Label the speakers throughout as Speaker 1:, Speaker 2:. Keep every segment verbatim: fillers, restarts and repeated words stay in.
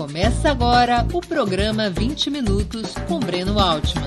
Speaker 1: Começa agora o programa vinte minutos com Breno Altman.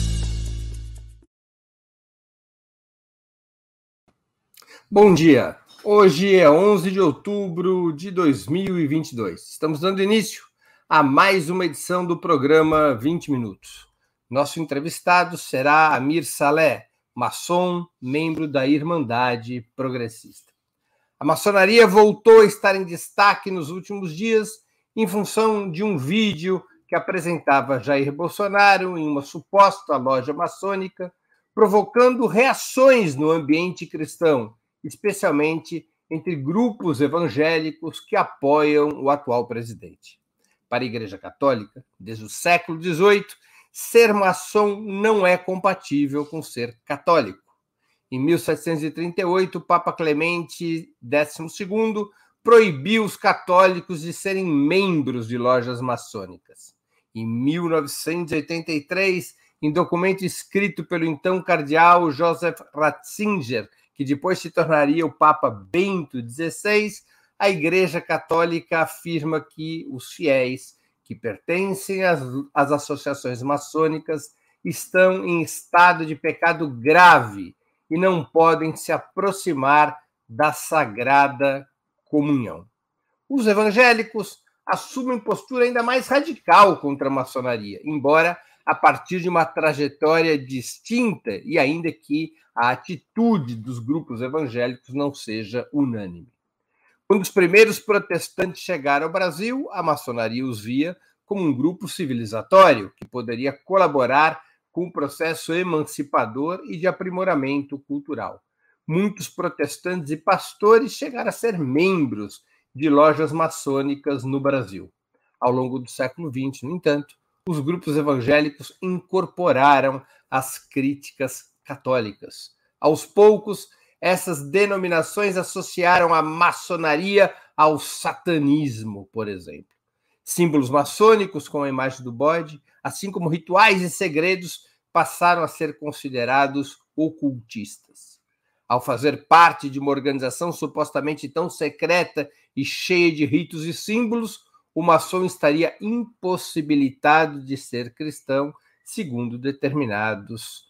Speaker 2: Bom dia! Hoje é onze de outubro de dois mil e vinte e dois. Estamos dando início a mais uma edição do programa vinte minutos. Nosso entrevistado será Amir Saleh, maçom, membro da Irmandade Progressista. A maçonaria voltou a estar em destaque nos últimos dias em função de um vídeo que apresentava Jair Bolsonaro em uma suposta loja maçônica, provocando reações no ambiente cristão, especialmente entre grupos evangélicos que apoiam o atual presidente. Para a Igreja Católica, desde o século dezoito, ser maçom não é compatível com ser católico. Em mil setecentos e trinta e oito, o Papa Clemente décimo segundo proibiu os católicos de serem membros de lojas maçônicas. Em mil novecentos e oitenta e três, em documento escrito pelo então cardeal Joseph Ratzinger, que depois se tornaria o Papa Bento dezesseis, a Igreja Católica afirma que os fiéis que pertencem às, às associações maçônicas estão em estado de pecado grave e não podem se aproximar da Sagrada Comunhão. Os evangélicos assumem postura ainda mais radical contra a maçonaria, embora a partir de uma trajetória distinta e ainda que a atitude dos grupos evangélicos não seja unânime. Quando os primeiros protestantes chegaram ao Brasil, a maçonaria os via como um grupo civilizatório que poderia colaborar com o processo emancipador e de aprimoramento cultural. Muitos protestantes e pastores chegaram a ser membros de lojas maçônicas no Brasil. Ao longo do século vinte, no entanto, os grupos evangélicos incorporaram as críticas católicas. Aos poucos, essas denominações associaram a maçonaria ao satanismo, por exemplo. Símbolos maçônicos, como a imagem do bode, assim como rituais e segredos, passaram a ser considerados ocultistas. Ao fazer parte de uma organização supostamente tão secreta e cheia de ritos e símbolos, o maçom estaria impossibilitado de ser cristão, segundo determinados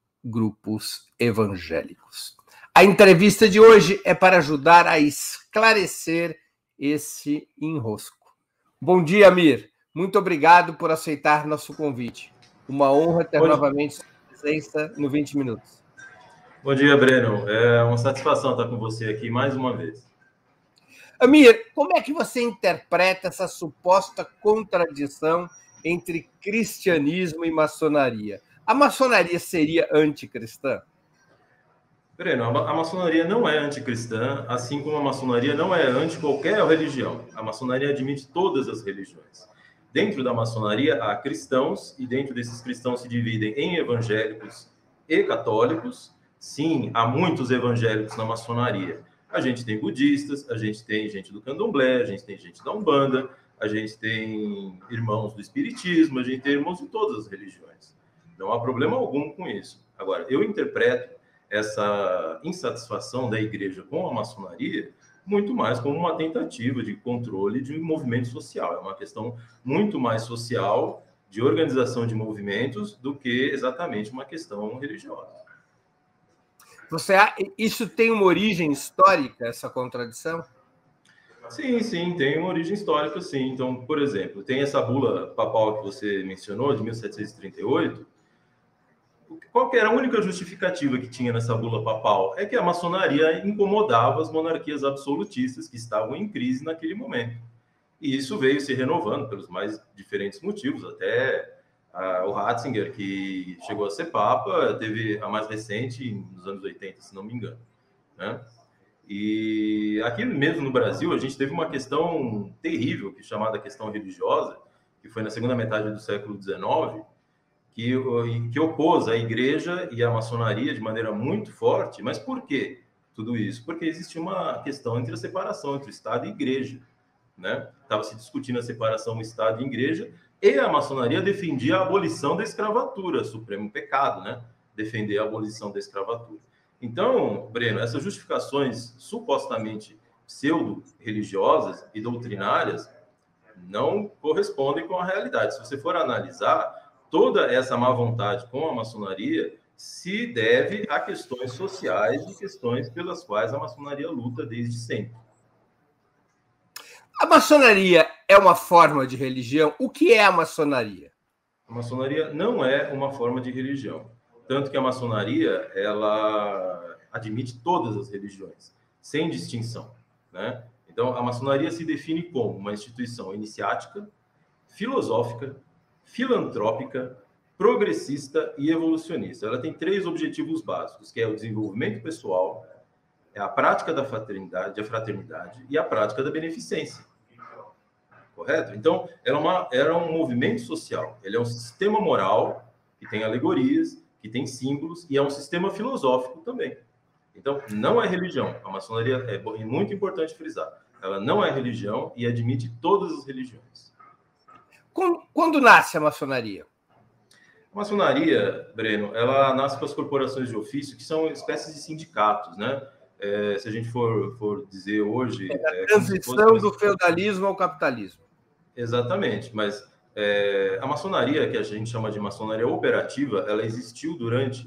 Speaker 2: grupos evangélicos. A entrevista de hoje é para ajudar a esclarecer esse enrosco. Bom dia, Amir. Muito obrigado por aceitar nosso convite. Uma honra ter Bom novamente sua presença no vinte minutos.
Speaker 3: Bom dia, Breno. É uma satisfação estar com você aqui mais uma vez.
Speaker 2: Amir, como é que você interpreta essa suposta contradição entre cristianismo e maçonaria? A maçonaria seria anticristã?
Speaker 3: Breno, a maçonaria não é anticristã, assim como a maçonaria não é anti qualquer religião. A maçonaria admite todas as religiões. Dentro da maçonaria há cristãos, e dentro desses cristãos se dividem em evangélicos e católicos. Sim, há muitos evangélicos na maçonaria. A gente tem budistas, a gente tem gente do candomblé, a gente tem gente da Umbanda, a gente tem irmãos do espiritismo, a gente tem irmãos de todas as religiões. Não há problema algum com isso. Agora, eu interpreto essa insatisfação da igreja com a maçonaria muito mais como uma tentativa de controle de um movimento social. É uma questão muito mais social, de organização de movimentos, do que exatamente uma questão religiosa.
Speaker 2: Você, isso tem uma origem histórica, essa contradição?
Speaker 3: Sim, sim, tem uma origem histórica, sim. Então, por exemplo, tem essa bula papal que você mencionou, de mil setecentos e trinta e oito. Qual que era a única justificativa que tinha nessa bula papal? É que a maçonaria incomodava as monarquias absolutistas que estavam em crise naquele momento. E isso veio se renovando pelos mais diferentes motivos, até uh, o Ratzinger, que chegou a ser papa, teve a mais recente nos anos oitenta, se não me engano, né? E aqui mesmo no Brasil, a gente teve uma questão terrível, que chamada questão religiosa, que foi na segunda metade do século dezenove, que, que opôs a igreja e a maçonaria de maneira muito forte. Mas por quê tudo isso? Porque existia uma questão entre a separação entre o Estado e a igreja, né? Estava se discutindo a separação do Estado e igreja, e a maçonaria defendia a abolição da escravatura, supremo pecado, né? Defender a abolição da escravatura. Então, Breno, essas justificações supostamente pseudo-religiosas e doutrinárias não correspondem com a realidade. Se você for analisar, toda essa má vontade com a maçonaria se deve a questões sociais e questões pelas quais a maçonaria luta desde sempre.
Speaker 2: A maçonaria é uma forma de religião? O que é a maçonaria?
Speaker 3: A maçonaria não é uma forma de religião. Tanto que a maçonaria, ela admite todas as religiões, sem distinção, né? Então, a maçonaria se define como uma instituição iniciática, filosófica, filantrópica, progressista e evolucionista. Ela tem três objetivos básicos, que é o desenvolvimento pessoal, é a prática da fraternidade, da fraternidade e a prática da beneficência. Correto? Então, ela é, uma, ela é um movimento social, ele é um sistema moral que tem alegorias, que tem símbolos e é um sistema filosófico também. Então, não é religião. A maçonaria é muito importante frisar. Ela não é religião e admite todas as religiões.
Speaker 2: Quando, quando nasce a maçonaria?
Speaker 3: A maçonaria, Breno, ela nasce com as corporações de ofício, que são espécies de sindicatos, né? É, se a gente for, for dizer hoje...
Speaker 2: É a
Speaker 3: é,
Speaker 2: transição
Speaker 3: fosse...
Speaker 2: do feudalismo ao capitalismo.
Speaker 3: Exatamente, mas é, a maçonaria, que a gente chama de maçonaria operativa, ela existiu durante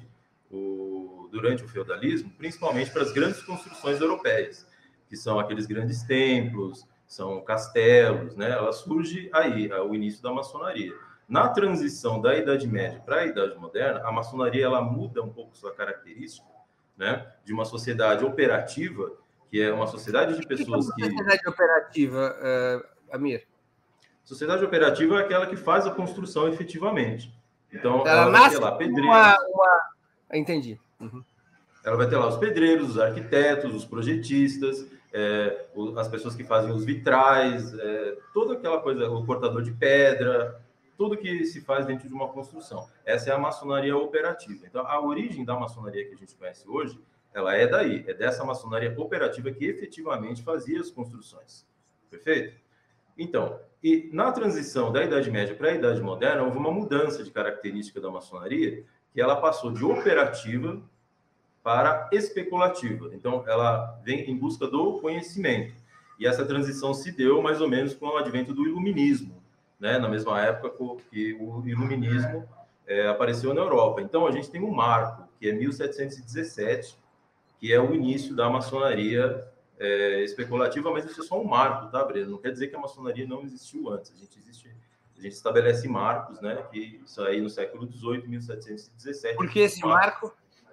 Speaker 3: o, durante o feudalismo, principalmente para as grandes construções europeias, que são aqueles grandes templos, são castelos, né? Ela surge aí, o início da maçonaria. Na transição da Idade Média para a Idade Moderna, a maçonaria ela muda um pouco sua característica, né? De uma sociedade operativa, que é uma sociedade de pessoas que...
Speaker 2: Sociedade operativa, uh, Amir?
Speaker 3: Sociedade operativa é aquela que faz a construção efetivamente. Então,
Speaker 2: ela, ela
Speaker 3: vai ter lá pedreiros.
Speaker 2: Uma, uma... Entendi. Uhum.
Speaker 3: Ela vai ter lá os pedreiros, os arquitetos, os projetistas, é, as pessoas que fazem os vitrais, é, toda aquela coisa, o cortador de pedra, tudo que se faz dentro de uma construção. Essa é a maçonaria operativa. Então, a origem da maçonaria que a gente conhece hoje, ela é daí, é dessa maçonaria operativa que efetivamente fazia as construções. Perfeito? Então, e na transição da Idade Média para a Idade Moderna, houve uma mudança de característica da maçonaria, que ela passou de operativa para especulativa. Então, ela vem em busca do conhecimento. E essa transição se deu mais ou menos com o advento do iluminismo, né? Na mesma época que o iluminismo é, apareceu na Europa. Então, a gente tem um marco, que é mil setecentos e dezessete, que é o início da maçonaria É, especulativa, mas isso é só um marco, tá, Breno? Não quer dizer que a maçonaria não existiu antes. A gente existe, a gente estabelece marcos, né? Que isso aí no século dezoito, mil setecentos e dezessete.
Speaker 2: Por que esse marco?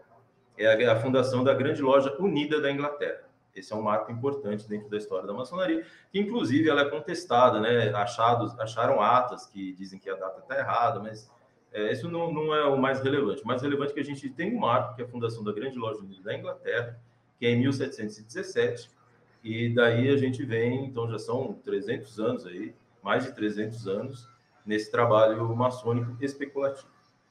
Speaker 3: É a, a fundação da Grande Loja Unida da Inglaterra. Esse é um marco importante dentro da história da maçonaria, que inclusive ela é contestada, né? Achados, acharam atas que dizem que a data está errada, mas é, isso não, não é o mais relevante. O mais relevante é que a gente tem um marco, que é a fundação da Grande Loja Unida da Inglaterra, que é em mil setecentos e dezessete, e daí a gente vem, então já são trezentos anos aí, mais de trezentos anos, nesse trabalho maçônico especulativo.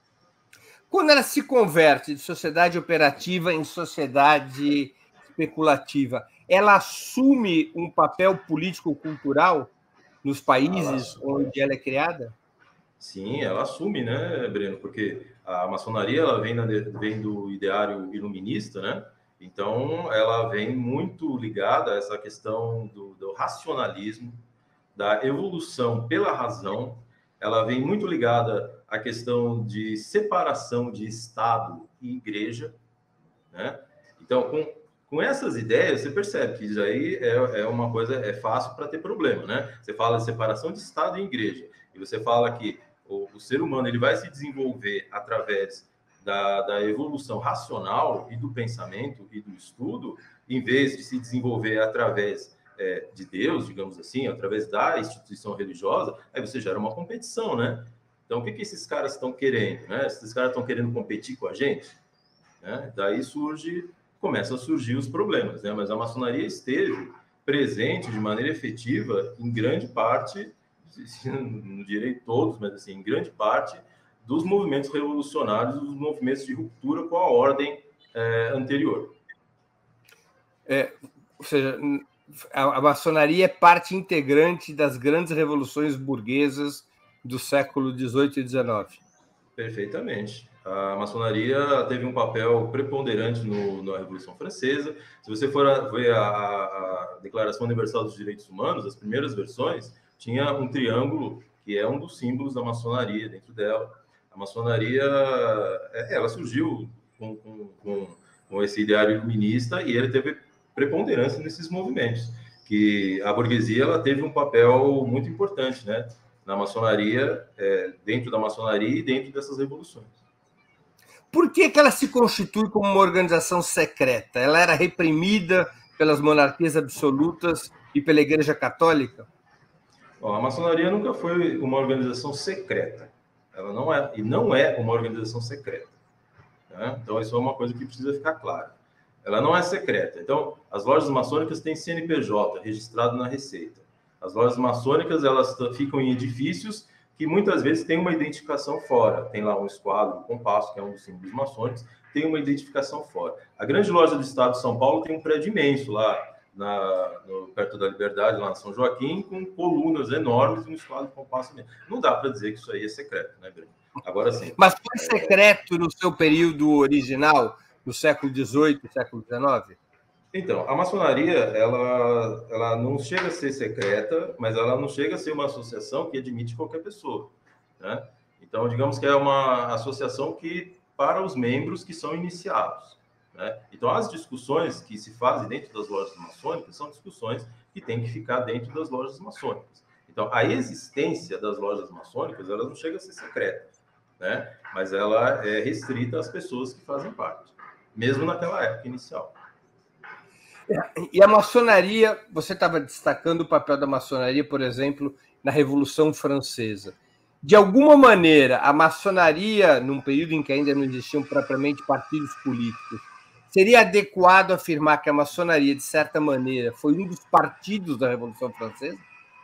Speaker 2: Quando ela se converte de sociedade operativa em sociedade especulativa, ela assume um papel político-cultural nos países ela... onde ela é criada?
Speaker 3: Sim, ela assume, né, Breno? Porque a maçonaria ela vem, na, vem do ideário iluminista, né? Então, ela vem muito ligada a essa questão do, do racionalismo, da evolução pela razão. Ela vem muito ligada à questão de separação de Estado e Igreja, né? Então, com, com essas ideias, você percebe que isso aí é, é uma coisa, é fácil para ter problema, né? Você fala de separação de Estado e Igreja, e você fala que o, o ser humano ele vai se desenvolver através Da, da evolução racional e do pensamento e do estudo, em vez de se desenvolver através é, de Deus, digamos assim, através da instituição religiosa, aí você gera uma competição, né? Então, o que, que esses caras estão querendo, né? Esses caras estão querendo competir com a gente, né? Daí surge, começam a surgir os problemas, né? Mas a maçonaria esteve presente de maneira efetiva em grande parte, não direi todos, mas assim, em grande parte, dos movimentos revolucionários, dos movimentos de ruptura com a ordem é, anterior.
Speaker 2: É, ou seja, a, a maçonaria é parte integrante das grandes revoluções burguesas do século dezoito e dezenove.
Speaker 3: Perfeitamente. A maçonaria teve um papel preponderante no, na Revolução Francesa. Se você for a, ver a, a Declaração Universal dos Direitos Humanos, as primeiras versões tinha um triângulo que é um dos símbolos da maçonaria dentro dela. A maçonaria, ela surgiu com, com, com, com esse ideário iluminista e ele teve preponderância nesses movimentos, que a burguesia ela teve um papel muito importante, né, na maçonaria, é, dentro da maçonaria e dentro dessas revoluções.
Speaker 2: Por que que ela se constitui como uma organização secreta? Ela era reprimida pelas monarquias absolutas e pela Igreja Católica?
Speaker 3: Bom, a maçonaria nunca foi uma organização secreta. Ela não é, e não é uma organização secreta. Né? Então, isso é uma coisa que precisa ficar clara. Ela não é secreta. Então, as lojas maçônicas têm C N P J registrado na Receita. As lojas maçônicas, elas ficam em edifícios que muitas vezes têm uma identificação fora. Tem lá um esquadro, um compasso, que é um dos símbolos maçônicos, tem uma identificação fora. A grande loja do estado de São Paulo tem um prédio imenso lá, Na, no, perto da Liberdade, lá em São Joaquim, com colunas enormes e um esquadro de compasso mesmo. Não dá para dizer que isso aí é secreto, né, Breno? Agora sim.
Speaker 2: Mas foi secreto no seu período original, no século dezoito, século dezenove?
Speaker 3: Então, a maçonaria, ela, ela não chega a ser secreta, mas ela não chega a ser uma associação que admite qualquer pessoa, né? Então, digamos que é uma associação que, para os membros que são iniciados, né? Então, as discussões que se fazem dentro das lojas maçônicas são discussões que têm que ficar dentro das lojas maçônicas. Então, a existência das lojas maçônicas, ela não chega a ser secreta, né? Mas ela é restrita às pessoas que fazem parte, mesmo naquela época inicial.
Speaker 2: E a maçonaria, você estava destacando o papel da maçonaria, por exemplo, na Revolução Francesa. De alguma maneira, a maçonaria, num período em que ainda não existiam propriamente partidos políticos, seria adequado afirmar que a maçonaria, de certa maneira, foi um dos partidos da Revolução Francesa?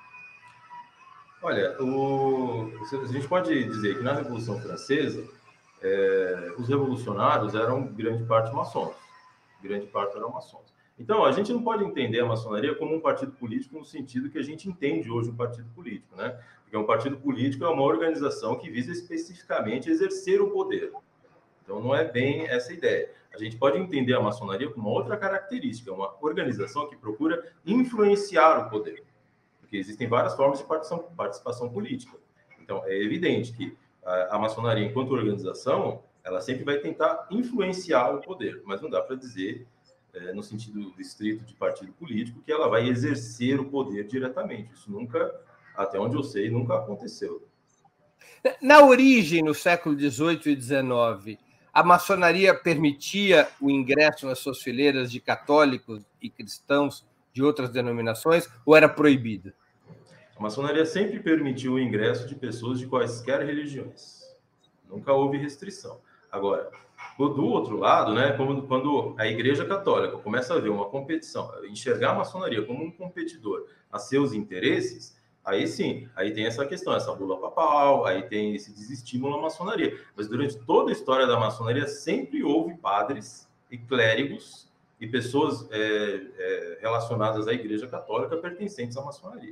Speaker 3: Olha, o... a gente pode dizer que na Revolução Francesa, é... os revolucionários eram grande parte maçons. Grande parte eram maçons. Então, a gente não pode entender a maçonaria como um partido político no sentido que a gente entende hoje um partido político, né? Porque um partido político é uma organização que visa especificamente exercer o poder. Então, não é bem essa ideia. A gente pode entender a maçonaria como uma outra característica, uma organização que procura influenciar o poder. Porque existem várias formas de participação, participação política. Então, é evidente que a, a maçonaria, enquanto organização, ela sempre vai tentar influenciar o poder, mas não dá para dizer, é, no sentido estrito de partido político, que ela vai exercer o poder diretamente. Isso nunca, até onde eu sei, nunca aconteceu.
Speaker 2: Na origem, no século dezoito e dezenove, a maçonaria permitia o ingresso nas suas fileiras de católicos e cristãos de outras denominações, ou era proibida?
Speaker 3: A maçonaria sempre permitiu o ingresso de pessoas de quaisquer religiões. Nunca houve restrição. Agora, do outro lado, né, quando a Igreja Católica começa a ver uma competição, enxergar a maçonaria como um competidor a seus interesses, aí sim, aí tem essa questão, essa bula papal, aí tem esse desestímulo à maçonaria. Mas durante toda a história da maçonaria sempre houve padres e clérigos e pessoas é, é, relacionadas à Igreja Católica pertencentes à maçonaria.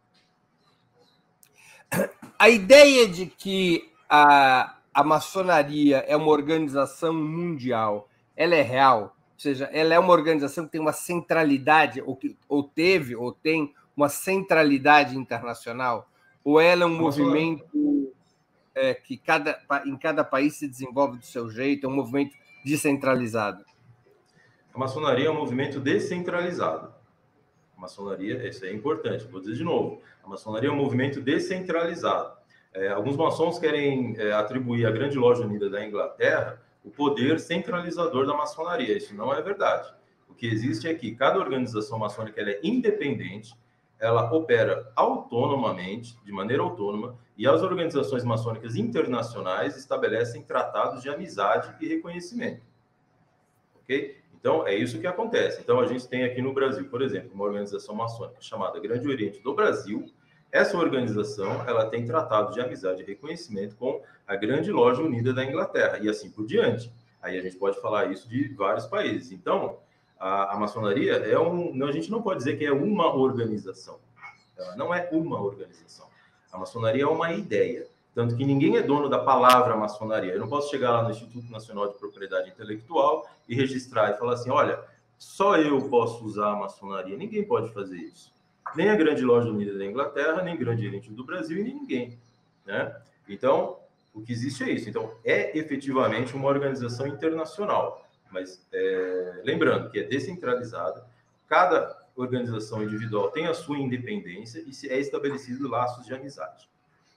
Speaker 2: A ideia de que a, a maçonaria é uma organização mundial, ela é real? Ou seja, ela é uma organização que tem uma centralidade, ou, que, ou teve, ou tem uma centralidade internacional? Ou ela é um movimento é, que cada, em cada país se desenvolve do seu jeito, é um movimento descentralizado?
Speaker 3: A maçonaria é um movimento descentralizado. A maçonaria, isso é importante, vou dizer de novo, a maçonaria é um movimento descentralizado. É, alguns maçons querem é, atribuir à Grande Loja Unida da Inglaterra o poder centralizador da maçonaria. Isso não é verdade. O que existe é que cada organização maçônica ela é independente, ela opera autonomamente, de maneira autônoma, e as organizações maçônicas internacionais estabelecem tratados de amizade e reconhecimento. Ok? Então, é isso que acontece. Então, a gente tem aqui no Brasil, por exemplo, uma organização maçônica chamada Grande Oriente do Brasil. Essa organização, ela tem tratados de amizade e reconhecimento com a Grande Loja Unida da Inglaterra, e assim por diante. Aí a gente pode falar isso de vários países. Então, a, a maçonaria é um... A gente não pode dizer que é uma organização. Ela não é uma organização. A maçonaria é uma ideia. Tanto que ninguém é dono da palavra maçonaria. Eu não posso chegar lá no Instituto Nacional de Propriedade Intelectual e registrar e falar assim, olha, só eu posso usar a maçonaria. Ninguém pode fazer isso. nem a Grande Loja Unida da Inglaterra, nem Grande Oriente do Brasil e nem ninguém, né? Então, o que existe é isso. Então, é efetivamente uma organização internacional, mas é, lembrando que é descentralizada, cada organização individual tem a sua independência e é estabelecido laços de amizade.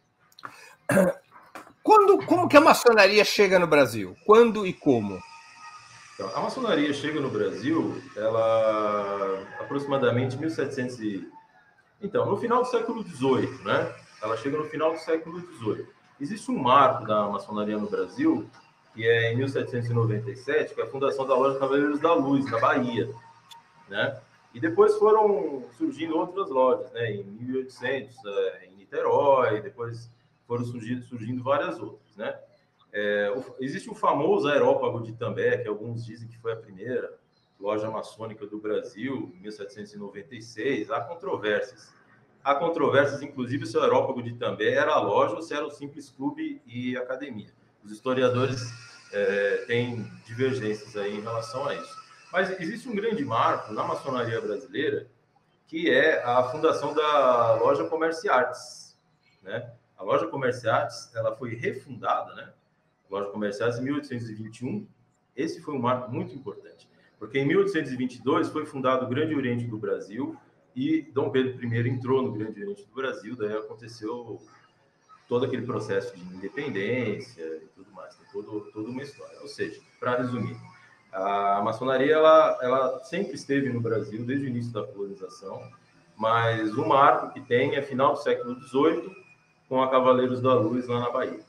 Speaker 2: Quando, como que a maçonaria chega no Brasil? Quando e como?
Speaker 3: Então, a maçonaria chega no Brasil, ela aproximadamente mil e setecentos e... Então, no final do século dezoito, né? Ela chega no final do século dezoito. Existe um marco da maçonaria no Brasil, que é em mil setecentos e noventa e sete, que é a fundação da Loja Cavaleiros da Luz, na Bahia, né? E depois foram surgindo outras lojas, né? Em mil e oitocentos, em Niterói, depois foram surgindo, surgindo várias outras, né? É, o, existe o famoso Aerópago de Itambé, que alguns dizem que foi a primeira loja maçônica do Brasil, em mil setecentos e noventa e seis. Há controvérsias. Há controvérsias, inclusive, se o Aerópago de Itambé era a loja ou se era o simples clube e academia. Os historiadores é, têm divergências aí em relação a isso. Mas existe um grande marco na maçonaria brasileira, que é a fundação da Loja Comércio Artes, né? A Loja Comércio Artes, ela foi refundada, né? A Loja Comércio Artes em mil oitocentos e vinte e um. Esse foi um marco muito importante, porque em mil oitocentos e vinte e dois foi fundado o Grande Oriente do Brasil e Dom Pedro primeiro entrou no Grande Oriente do Brasil, daí aconteceu todo aquele processo de independência e tudo mais, tem todo, toda uma história. Ou seja, para resumir, a maçonaria ela, ela sempre esteve no Brasil desde o início da colonização, mas o marco que tem é final do século dezoito, com a Cavaleiros da Luz lá na Bahia.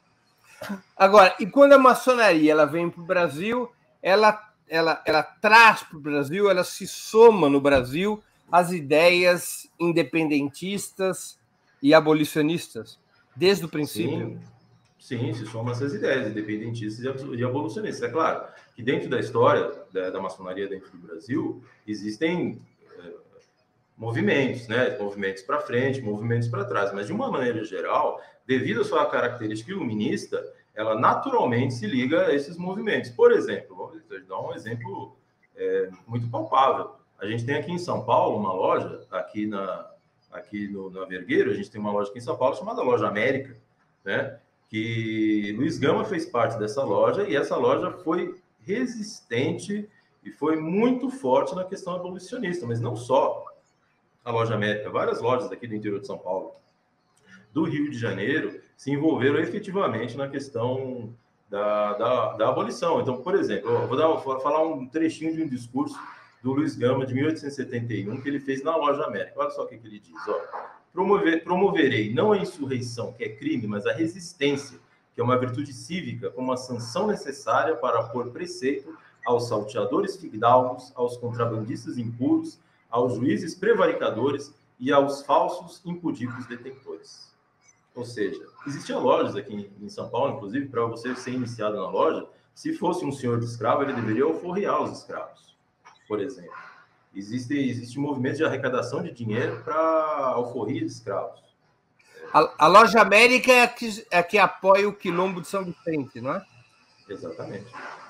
Speaker 2: Agora, e quando a maçonaria ela vem para o Brasil, ela, ela, ela traz para o Brasil, ela se soma no Brasil às ideias independentistas e abolicionistas, desde o princípio?
Speaker 3: Sim, sim, se soma essas ideias independentistas e abolicionistas. É claro que dentro da história da, da maçonaria dentro do Brasil, existem é, movimentos, né? Movimentos para frente, movimentos para trás, mas de uma maneira geral, devido à sua característica iluminista, ela naturalmente se liga a esses movimentos. Por exemplo, vou dar um exemplo é, muito palpável. A gente tem aqui em São Paulo uma loja, aqui, na, aqui no, na Vergueiro, a gente tem uma loja aqui em São Paulo chamada Loja América, né? Que Luiz Gama fez parte dessa loja e essa loja foi resistente e foi muito forte na questão abolicionista, mas não só a Loja América, várias lojas aqui do interior de São Paulo, do Rio de Janeiro, se envolveram efetivamente na questão da, da, da abolição. Então, por exemplo, eu vou, dar, vou falar um trechinho de um discurso do Luiz Gama, de mil oitocentos e setenta e um, que ele fez na Loja América. Olha só o que, que ele diz, ó. Promover, promoverei não a insurreição, que é crime, mas a resistência, que é uma virtude cívica, como a sanção necessária para pôr preceito aos salteadores fidalgos, aos contrabandistas impuros, aos juízes prevaricadores e aos falsos impudicos detentores. Ou seja, existiam lojas aqui em São Paulo, inclusive, para você ser iniciado na loja, se fosse um senhor de escravo, ele deveria alforriar os escravos, por exemplo. Existe, existe um movimento de arrecadação de dinheiro para alforria de escravos.
Speaker 2: A, a Loja América é a, que, é a que apoia o Quilombo de São Vicente, não é?
Speaker 3: Exatamente.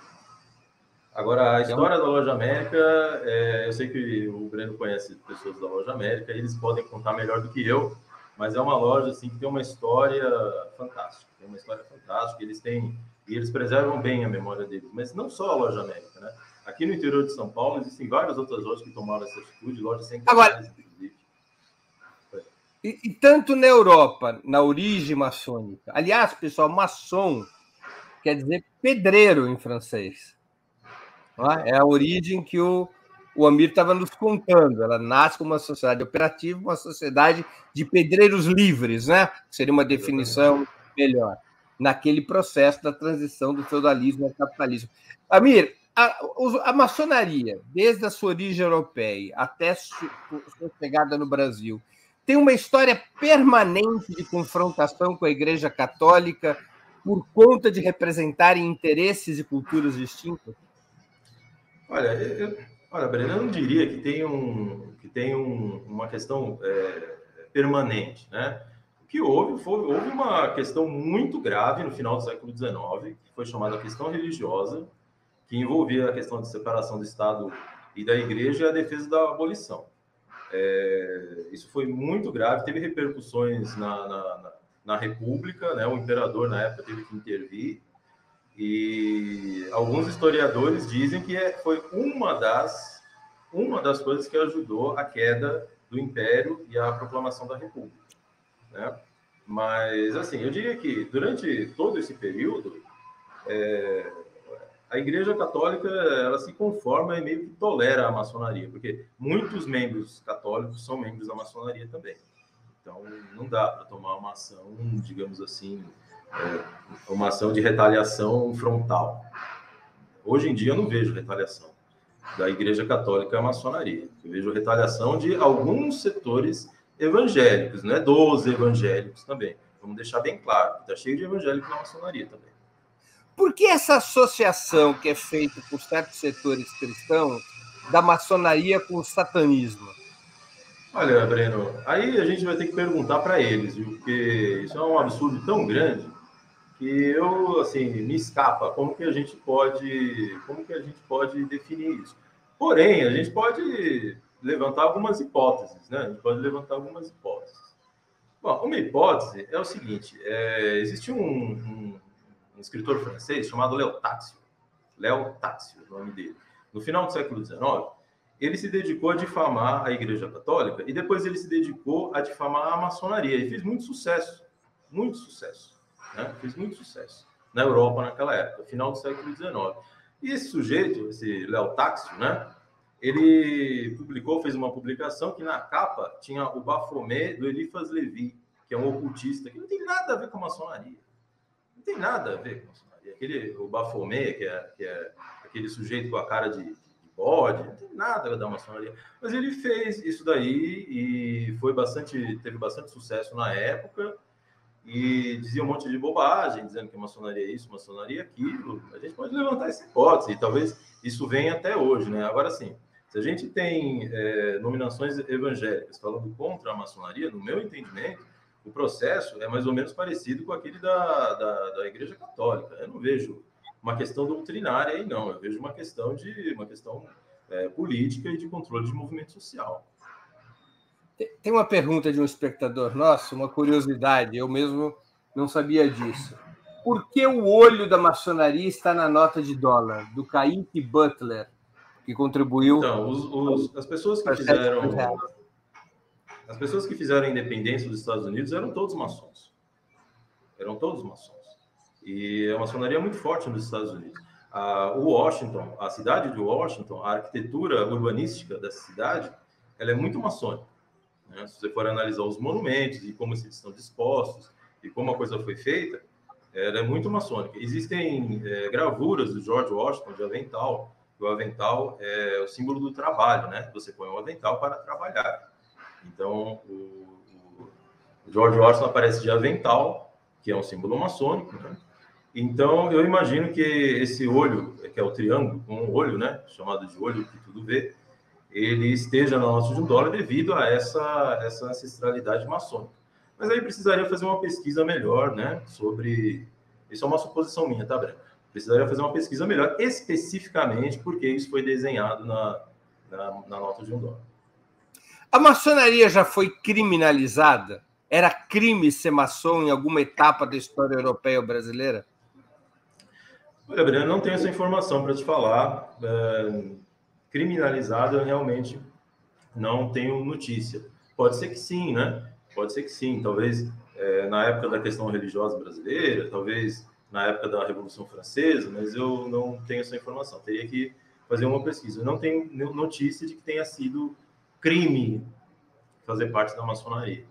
Speaker 3: Agora, a história da Loja América, é, eu sei que o Breno conhece pessoas da Loja América, eles podem contar melhor do que eu, mas é uma loja assim, que tem uma história fantástica. Tem uma história fantástica, eles têm, e eles preservam bem a memória deles. Mas não só a Loja América, né? Aqui no interior de São Paulo, existem várias outras lojas que tomaram essa atitude, lojas sem
Speaker 2: Agora, inclusive. E, e tanto na Europa, na origem maçônica. Aliás, pessoal, maçom quer dizer pedreiro em francês. Não é? É a origem que o, o Amir estava nos contando. Ela nasce como uma sociedade operativa, uma sociedade de pedreiros livres, né? Seria uma definição melhor, naquele processo da transição do feudalismo ao capitalismo. Amir, A, a maçonaria, desde a sua origem europeia até a sua chegada no Brasil, tem uma história permanente de confrontação com a Igreja Católica por conta de representarem interesses e culturas distintas?
Speaker 3: Olha, eu, olha, Breno, eu não diria que tem, um, que tem um, uma questão é, permanente, né? O que houve foi houve uma questão muito grave no final do século dezenove, que foi chamada questão religiosa, que envolvia a questão de separação do Estado e da Igreja e a defesa da abolição. É, isso foi muito grave, teve repercussões na, na, na, na República, né? O imperador, na época, teve que intervir, e alguns historiadores dizem que é, foi uma das, uma das coisas que ajudou a queda do Império e a proclamação da República, né? Mas, assim, eu diria que durante todo esse período, é, a Igreja Católica, ela se conforma e meio que tolera a maçonaria, porque muitos membros católicos são membros da maçonaria também. Então, não dá para tomar uma ação, digamos assim, é, uma ação de retaliação frontal. Hoje em dia, eu não vejo retaliação da Igreja Católica à maçonaria. Eu vejo retaliação de alguns setores evangélicos, não é dos evangélicos também. Vamos deixar bem claro, está cheio de evangélicos na maçonaria também.
Speaker 2: Por que essa associação que é feita por certos setores cristãos da maçonaria com o satanismo?
Speaker 3: Olha, Breno, aí a gente vai ter que perguntar para eles, viu? Porque isso é um absurdo tão grande que eu, assim, me escapa como que a gente pode, como que a gente pode definir isso. Porém, a gente pode levantar algumas hipóteses, né? A gente pode levantar algumas hipóteses. Bom, uma hipótese é o seguinte: é, existe um, um um escritor francês chamado Léo Táxio, Léo Táxio, o nome dele. No final do século dezenove, ele se dedicou a difamar a Igreja Católica e depois ele se dedicou a difamar a maçonaria. E fez muito sucesso, muito sucesso, né? Fez muito sucesso na Europa naquela época, final do século dezenove. E esse sujeito, esse Léo Táxio, né? Ele publicou, fez uma publicação que na capa tinha o Baphomet do Eliphas Levi, que é um ocultista, que não tem nada a ver com a maçonaria. Não tem nada a ver com a maçonaria. Aquele, o Baphomet, que é, que é aquele sujeito com a cara de, de bode, não tem nada a ver da maçonaria. Mas ele fez isso daí e foi bastante, teve bastante sucesso na época e dizia um monte de bobagem, dizendo que a maçonaria é isso, maçonaria é aquilo. A gente pode levantar essa hipótese e talvez isso venha até hoje, né? Agora, sim, se a gente tem é, nominações evangélicas falando contra a maçonaria, no meu entendimento, o processo é mais ou menos parecido com aquele da, da, da Igreja Católica. Eu não vejo uma questão doutrinária aí, não. Eu vejo uma questão de uma questão é, política e de controle de movimento social.
Speaker 2: Tem uma pergunta de um espectador nosso, uma curiosidade, eu mesmo não sabia disso. Por que o olho da maçonaria está na nota de dólar, do Kaique Butler, que contribuiu...
Speaker 3: Então, os, os, as pessoas que fizeram... As pessoas que fizeram a independência dos Estados Unidos eram todos maçons. Eram todos maçons. E a maçonaria é muito forte nos Estados Unidos. A, o Washington, a cidade de Washington, a arquitetura urbanística dessa cidade, ela é muito maçônica, né? Se você for analisar os monumentos e como eles estão dispostos e como a coisa foi feita, ela é muito maçônica. Existem é, gravuras do George Washington de avental. O avental é o símbolo do trabalho, né? Você põe um avental para trabalhar. Então, o, o George Washington aparece de avental, que é um símbolo maçônico, né? Então, eu imagino que esse olho, que é o triângulo com um olho, né, chamado de olho que tudo vê, ele esteja na nota de um dólar devido a essa, essa ancestralidade maçônica. Mas aí precisaria fazer uma pesquisa melhor, né, sobre... Isso é uma suposição minha, tá, Breno? Precisaria fazer uma pesquisa melhor, especificamente porque isso foi desenhado na, na, na nota de um dólar.
Speaker 2: A maçonaria já foi criminalizada? Era crime ser maçom em alguma etapa da história europeia ou brasileira?
Speaker 3: Olha, Breno, não tenho essa informação para te falar. É, criminalizada, eu realmente não tenho notícia. Pode ser que sim, né? Pode ser que sim. Talvez é, na época da questão religiosa brasileira, talvez na época da Revolução Francesa, mas eu não tenho essa informação. Teria que fazer uma pesquisa. Eu não tenho notícia de que tenha sido crime fazer parte da maçonaria.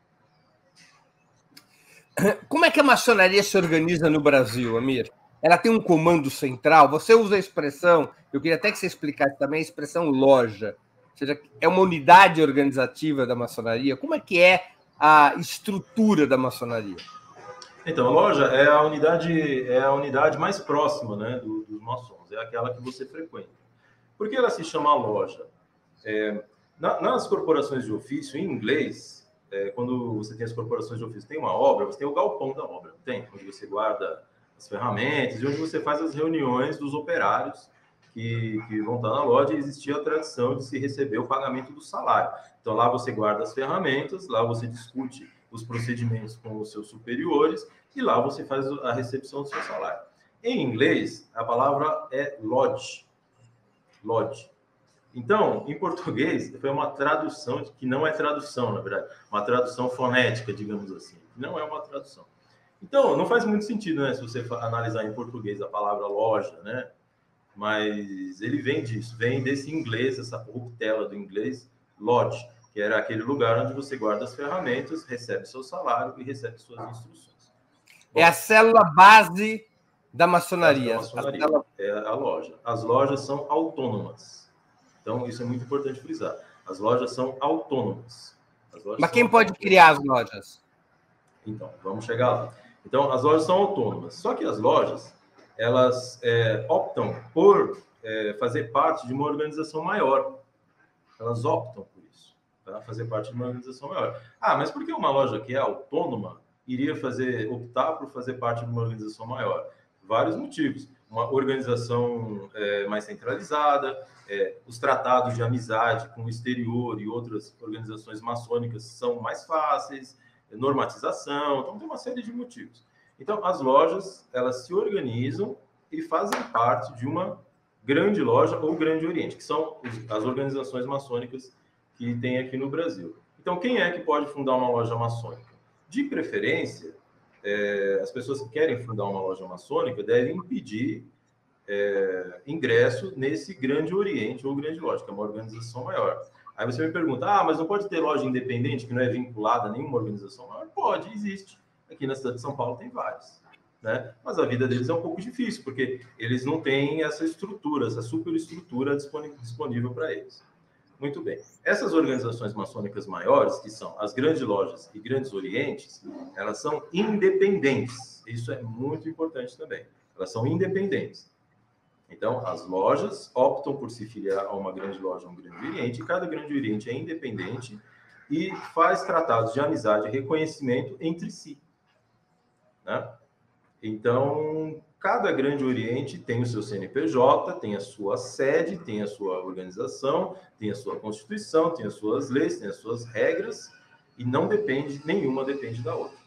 Speaker 2: Como é que a maçonaria se organiza no Brasil, Amir? Ela tem um comando central? Você usa a expressão, eu queria até que você explicasse também a expressão loja, ou seja, é uma unidade organizativa da maçonaria? Como é que é a estrutura da maçonaria?
Speaker 3: Então, a loja é a unidade, é a unidade mais próxima, né, do, dos maçons, é aquela que você frequenta. Por que ela se chama loja? É, na, nas corporações de ofício, em inglês, é, quando você tem as corporações de ofício, tem uma obra, você tem o galpão da obra, tem, onde você guarda as ferramentas e onde você faz as reuniões dos operários que, que vão estar na loja, existia a tradição de se receber o pagamento do salário. Então, lá você guarda as ferramentas, lá você discute os procedimentos com os seus superiores e lá você faz a recepção do seu salário. Em inglês, a palavra é lodge. Lodge. Então, em português, foi uma tradução, que não é tradução, na verdade, uma tradução fonética, digamos assim. Não é uma tradução. Então, não faz muito sentido, né, se você analisar em português a palavra loja, né? Mas ele vem disso, vem desse inglês, essa corruptela do inglês, lodge, que era aquele lugar onde você guarda as ferramentas, recebe seu salário e recebe suas instruções. Bom,
Speaker 2: é a célula base da maçonaria.
Speaker 3: Da maçonaria.
Speaker 2: A célula...
Speaker 3: É a loja. As lojas são autônomas. Então, isso é muito importante frisar. As lojas são autônomas. As lojas
Speaker 2: Mas quem
Speaker 3: são
Speaker 2: pode
Speaker 3: autônomas.
Speaker 2: criar as lojas?
Speaker 3: Então, vamos chegar lá. Então, as lojas são autônomas. Só que as lojas, elas é, optam por é, fazer parte de uma organização maior. Elas optam por isso, tá? Fazer parte de uma organização maior. Ah, mas por que uma loja que é autônoma iria fazer, optar por fazer parte de uma organização maior? Vários motivos. Uma organização é, mais centralizada, é, os tratados de amizade com o exterior e outras organizações maçônicas são mais fáceis, normatização, então tem uma série de motivos. Então, as lojas, elas se organizam e fazem parte de uma grande loja ou grande oriente, que são as organizações maçônicas que tem aqui no Brasil. Então, quem é que pode fundar uma loja maçônica? De preferência, é, as pessoas que querem fundar uma loja maçônica devem pedir é, ingresso nesse grande oriente ou grande loja, que é uma organização maior. Aí você me pergunta, ah, mas não pode ter loja independente que não é vinculada a nenhuma organização maior? Pode, existe. Aqui na cidade de São Paulo tem vários, né? Mas a vida deles é um pouco difícil, porque eles não têm essa estrutura, essa superestrutura disponível para eles. Muito bem. Essas organizações maçônicas maiores, que são as grandes lojas e grandes orientes, elas são independentes. Isso é muito importante também. Elas são independentes. Então, as lojas optam por se filiar a uma grande loja, a um grande oriente, e cada grande oriente é independente e faz tratados de amizade e reconhecimento entre si, né? Então, cada grande oriente tem o seu C N P J, tem a sua sede, tem a sua organização, tem a sua constituição, tem as suas leis, tem as suas regras, e não depende, nenhuma depende da outra.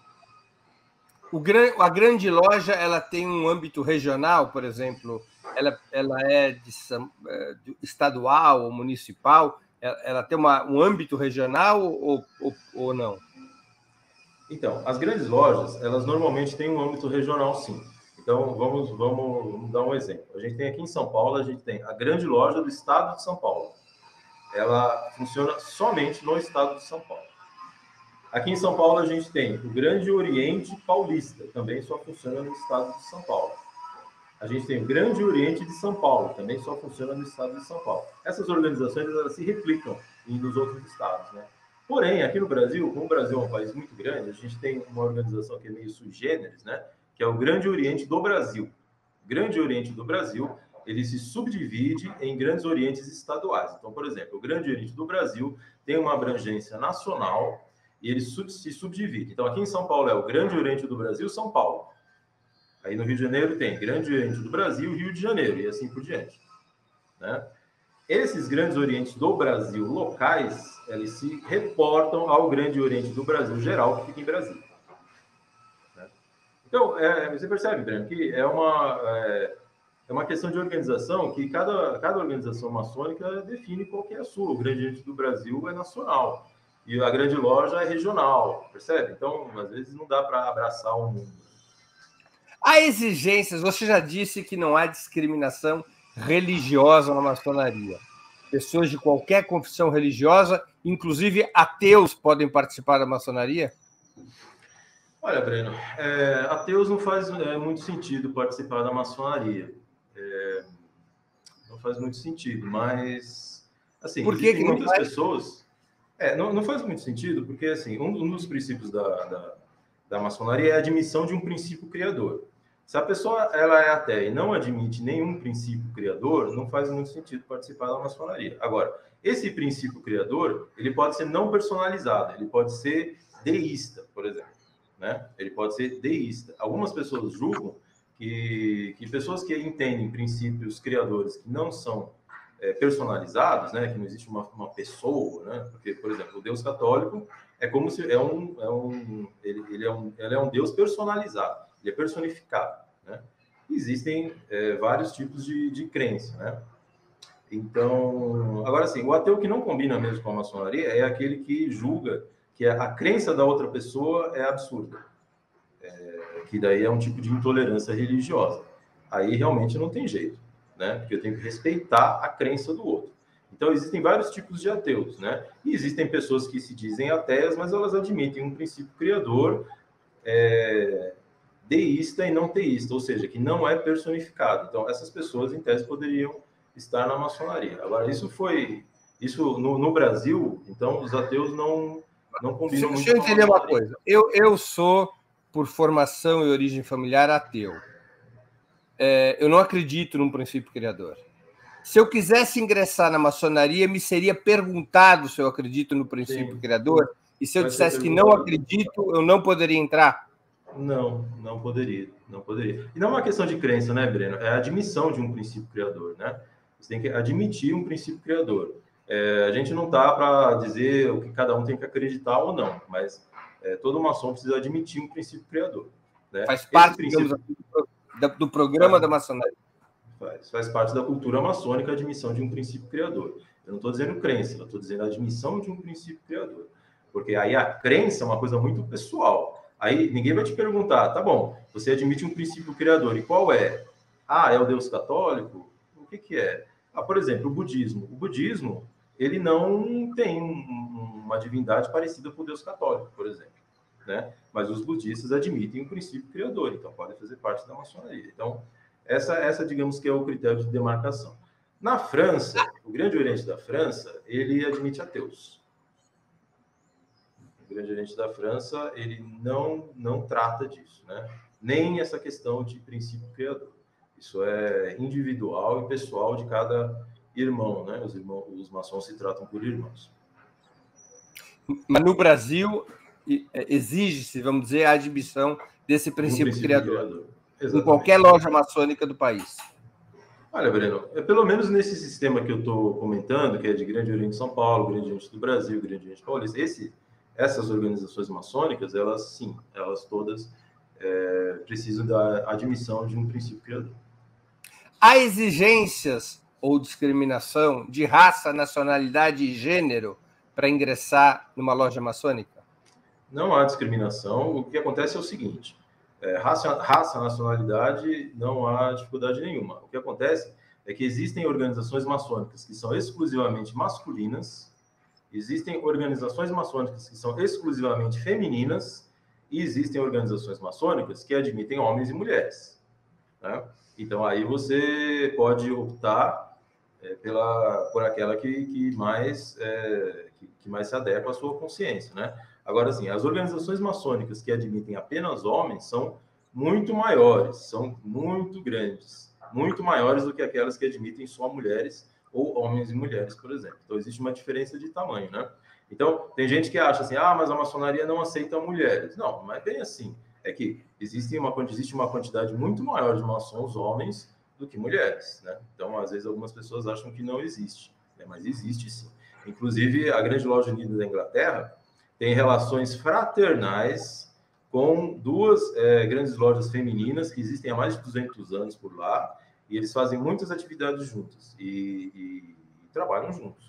Speaker 2: O gran, a grande loja, ela tem um âmbito regional, por exemplo, ela, ela é de, de estadual ou municipal, ela, ela tem uma, um âmbito regional ou, ou, ou não?
Speaker 3: Então, as grandes lojas, elas normalmente têm um âmbito regional, sim. Então, vamos, vamos, vamos dar um exemplo. A gente tem aqui em São Paulo, a gente tem a grande loja do estado de São Paulo. Ela funciona somente no estado de São Paulo. Aqui em São Paulo, a gente tem o Grande Oriente Paulista, também só funciona no estado de São Paulo. A gente tem o Grande Oriente de São Paulo, também só funciona no estado de São Paulo. Essas organizações, elas se replicam nos outros estados, né? Porém, aqui no Brasil, como o Brasil é um país muito grande, a gente tem uma organização que é meio sui generis, né? Que é o Grande Oriente do Brasil. O Grande Oriente do Brasil, ele se subdivide em grandes orientes estaduais. Então, por exemplo, o Grande Oriente do Brasil tem uma abrangência nacional e ele sub, se subdivide. Então, aqui em São Paulo é o Grande Oriente do Brasil, São Paulo. Aí no Rio de Janeiro tem Grande Oriente do Brasil, Rio de Janeiro, e assim por diante, né? Esses grandes orientes do Brasil locais, eles se reportam ao Grande Oriente do Brasil geral, que fica em Brasília. Né? Então, é, você percebe, Breno, que é uma, é, é uma questão de organização que cada, cada organização maçônica define qual que é a sua. O Grande Oriente do Brasil é nacional e a grande loja é regional, percebe? Então, às vezes não dá para abraçar o mundo.
Speaker 2: Há exigências, você já disse que não há discriminação religiosa na maçonaria. Pessoas de qualquer confissão religiosa, inclusive ateus, podem participar da maçonaria?
Speaker 3: Olha, Breno, é, ateus não faz é, muito sentido participar da maçonaria. É, não faz muito sentido, mas assim,
Speaker 2: por que que
Speaker 3: muitas
Speaker 2: faz?
Speaker 3: pessoas. É, não, não faz muito sentido, porque assim, um, um dos princípios da, da, da maçonaria é a admissão de um princípio criador. Se a pessoa ela é ateia e não admite nenhum princípio criador, não faz muito sentido participar da maçonaria. Agora, esse princípio criador, ele pode ser não personalizado, ele pode ser deísta, por exemplo, né? Ele pode ser deísta. Algumas pessoas julgam que, que pessoas que entendem princípios criadores que não são é, personalizados, né, que não existe uma, uma pessoa, né, porque, por exemplo, o Deus católico é como se é um, é um, ele, ele, é um ele é um Deus personalizado, ele é personificado, né? Existem é, vários tipos de, de crença, né? Então, agora sim, o ateu que não combina mesmo com a maçonaria é aquele que julga que a crença da outra pessoa é absurda. É, que daí é um tipo de intolerância religiosa. Aí realmente não tem jeito, né? Porque eu tenho que respeitar a crença do outro. Então, existem vários tipos de ateus, né? E existem pessoas que se dizem ateias, mas elas admitem um princípio criador é, deísta e não teísta, ou seja, que não é personificado. Então, essas pessoas, em tese, poderiam estar na maçonaria. Agora, isso foi... Isso, no, no Brasil, então, os ateus não, não combinam muito.
Speaker 2: Deixa eu entender uma coisa. Eu, eu sou, por formação e origem familiar, ateu. É, eu não acredito num princípio criador. Se eu quisesse ingressar na maçonaria, me seria perguntado se eu acredito no princípio Sim. criador, e se eu Vai dissesse que não acredito, eu não poderia entrar?
Speaker 3: Não, não poderia, não poderia. E não é uma questão de crença, né, Breno? É a admissão de um princípio criador, né? Você tem que admitir um princípio criador. É, a gente não tá para dizer o que cada um tem que acreditar ou não, mas é, todo maçom precisa admitir um princípio criador, né?
Speaker 2: Faz parte, princípio... digamos, do programa é. da maçonaria.
Speaker 3: Faz, faz parte da cultura maçônica a admissão de um princípio criador. Eu não estou dizendo crença, eu estou dizendo a admissão de um princípio criador. Porque aí a crença é uma coisa muito pessoal. Aí ninguém vai te perguntar, tá bom, você admite um princípio criador, e qual é? Ah, é o Deus católico? O que que é? Ah, por exemplo, o budismo. O budismo, ele não tem um, uma divindade parecida com o Deus católico, por exemplo, né? Mas os budistas admitem um princípio criador, então podem fazer parte da maçonaria. Então, essa, essa digamos que é o critério de demarcação. Na França, o Grande Oriente da França, ele admite ateus. O Grande Oriente da França, ele não, não trata disso, né? Nem essa questão de princípio criador. Isso é individual e pessoal de cada irmão, né? Os, irmãos, os maçons se tratam por irmãos.
Speaker 2: Mas no Brasil, exige-se, vamos dizer, a admissão desse princípio, princípio criador. criador. Em qualquer loja maçônica do país.
Speaker 3: Olha, Breno, é pelo menos nesse sistema que eu estou comentando, que é de Grande Oriente de São Paulo, Grande Oriente do Brasil, Grande Oriente Paulista, esse, essas organizações maçônicas, elas sim, elas todas é, precisam da admissão de um princípio criador.
Speaker 2: Há exigências ou discriminação de raça, nacionalidade e gênero para ingressar numa loja maçônica?
Speaker 3: Não há discriminação. O que acontece é o seguinte: é, raça, raça, nacionalidade, não há dificuldade nenhuma. O que acontece é que existem organizações maçônicas que são exclusivamente masculinas, existem organizações maçônicas que são exclusivamente femininas, e existem organizações maçônicas que admitem homens e mulheres, né? Então, aí você pode optar é, pela, por aquela que, que, mais, é, que, que mais se adequa à sua consciência, né? Agora, sim, as organizações maçônicas que admitem apenas homens são muito maiores, são muito grandes, muito maiores do que aquelas que admitem só mulheres ou homens e mulheres, por exemplo. Então, existe uma diferença de tamanho, né? Então, tem gente que acha assim, ah, mas a maçonaria não aceita mulheres. Não, não é bem assim. É que existe uma, existe uma quantidade muito maior de maçons homens do que mulheres, né? Então, às vezes, algumas pessoas acham que não existe, né? Mas existe sim. Inclusive, a Grande Loja Unida da Inglaterra tem relações fraternais com duas é, grandes lojas femininas que existem há mais de duzentos anos por lá, e eles fazem muitas atividades juntas e, e, e trabalham juntos.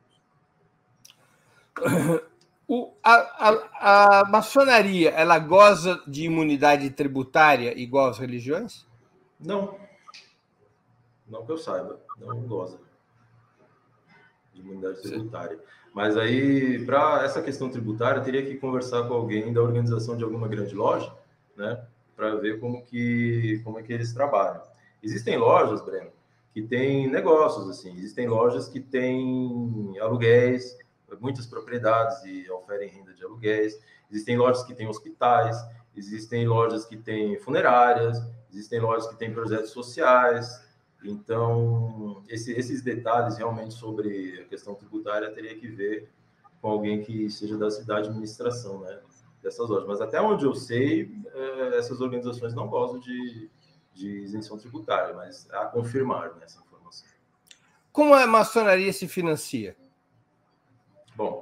Speaker 2: O, a, a, a maçonaria, ela goza de imunidade tributária igual às religiões?
Speaker 3: Não. Não que eu saiba. Não goza de imunidade tributária. Mas aí, para essa questão tributária, teria que conversar com alguém da organização de alguma grande loja, né? Para ver como que, como é que eles trabalham. Existem lojas, Breno, que têm negócios, assim. Existem lojas que têm aluguéis, muitas propriedades e oferem renda de aluguéis. Existem lojas que têm hospitais, existem lojas que têm funerárias, existem lojas que têm projetos sociais. Então, esse, esses detalhes realmente sobre a questão tributária teria que ver com alguém que seja da, da administração, né, dessas lojas. Mas até onde eu sei, essas organizações não gozam de, de isenção tributária, mas a confirmar, né, essa informação.
Speaker 2: Como a maçonaria se financia?
Speaker 3: Bom,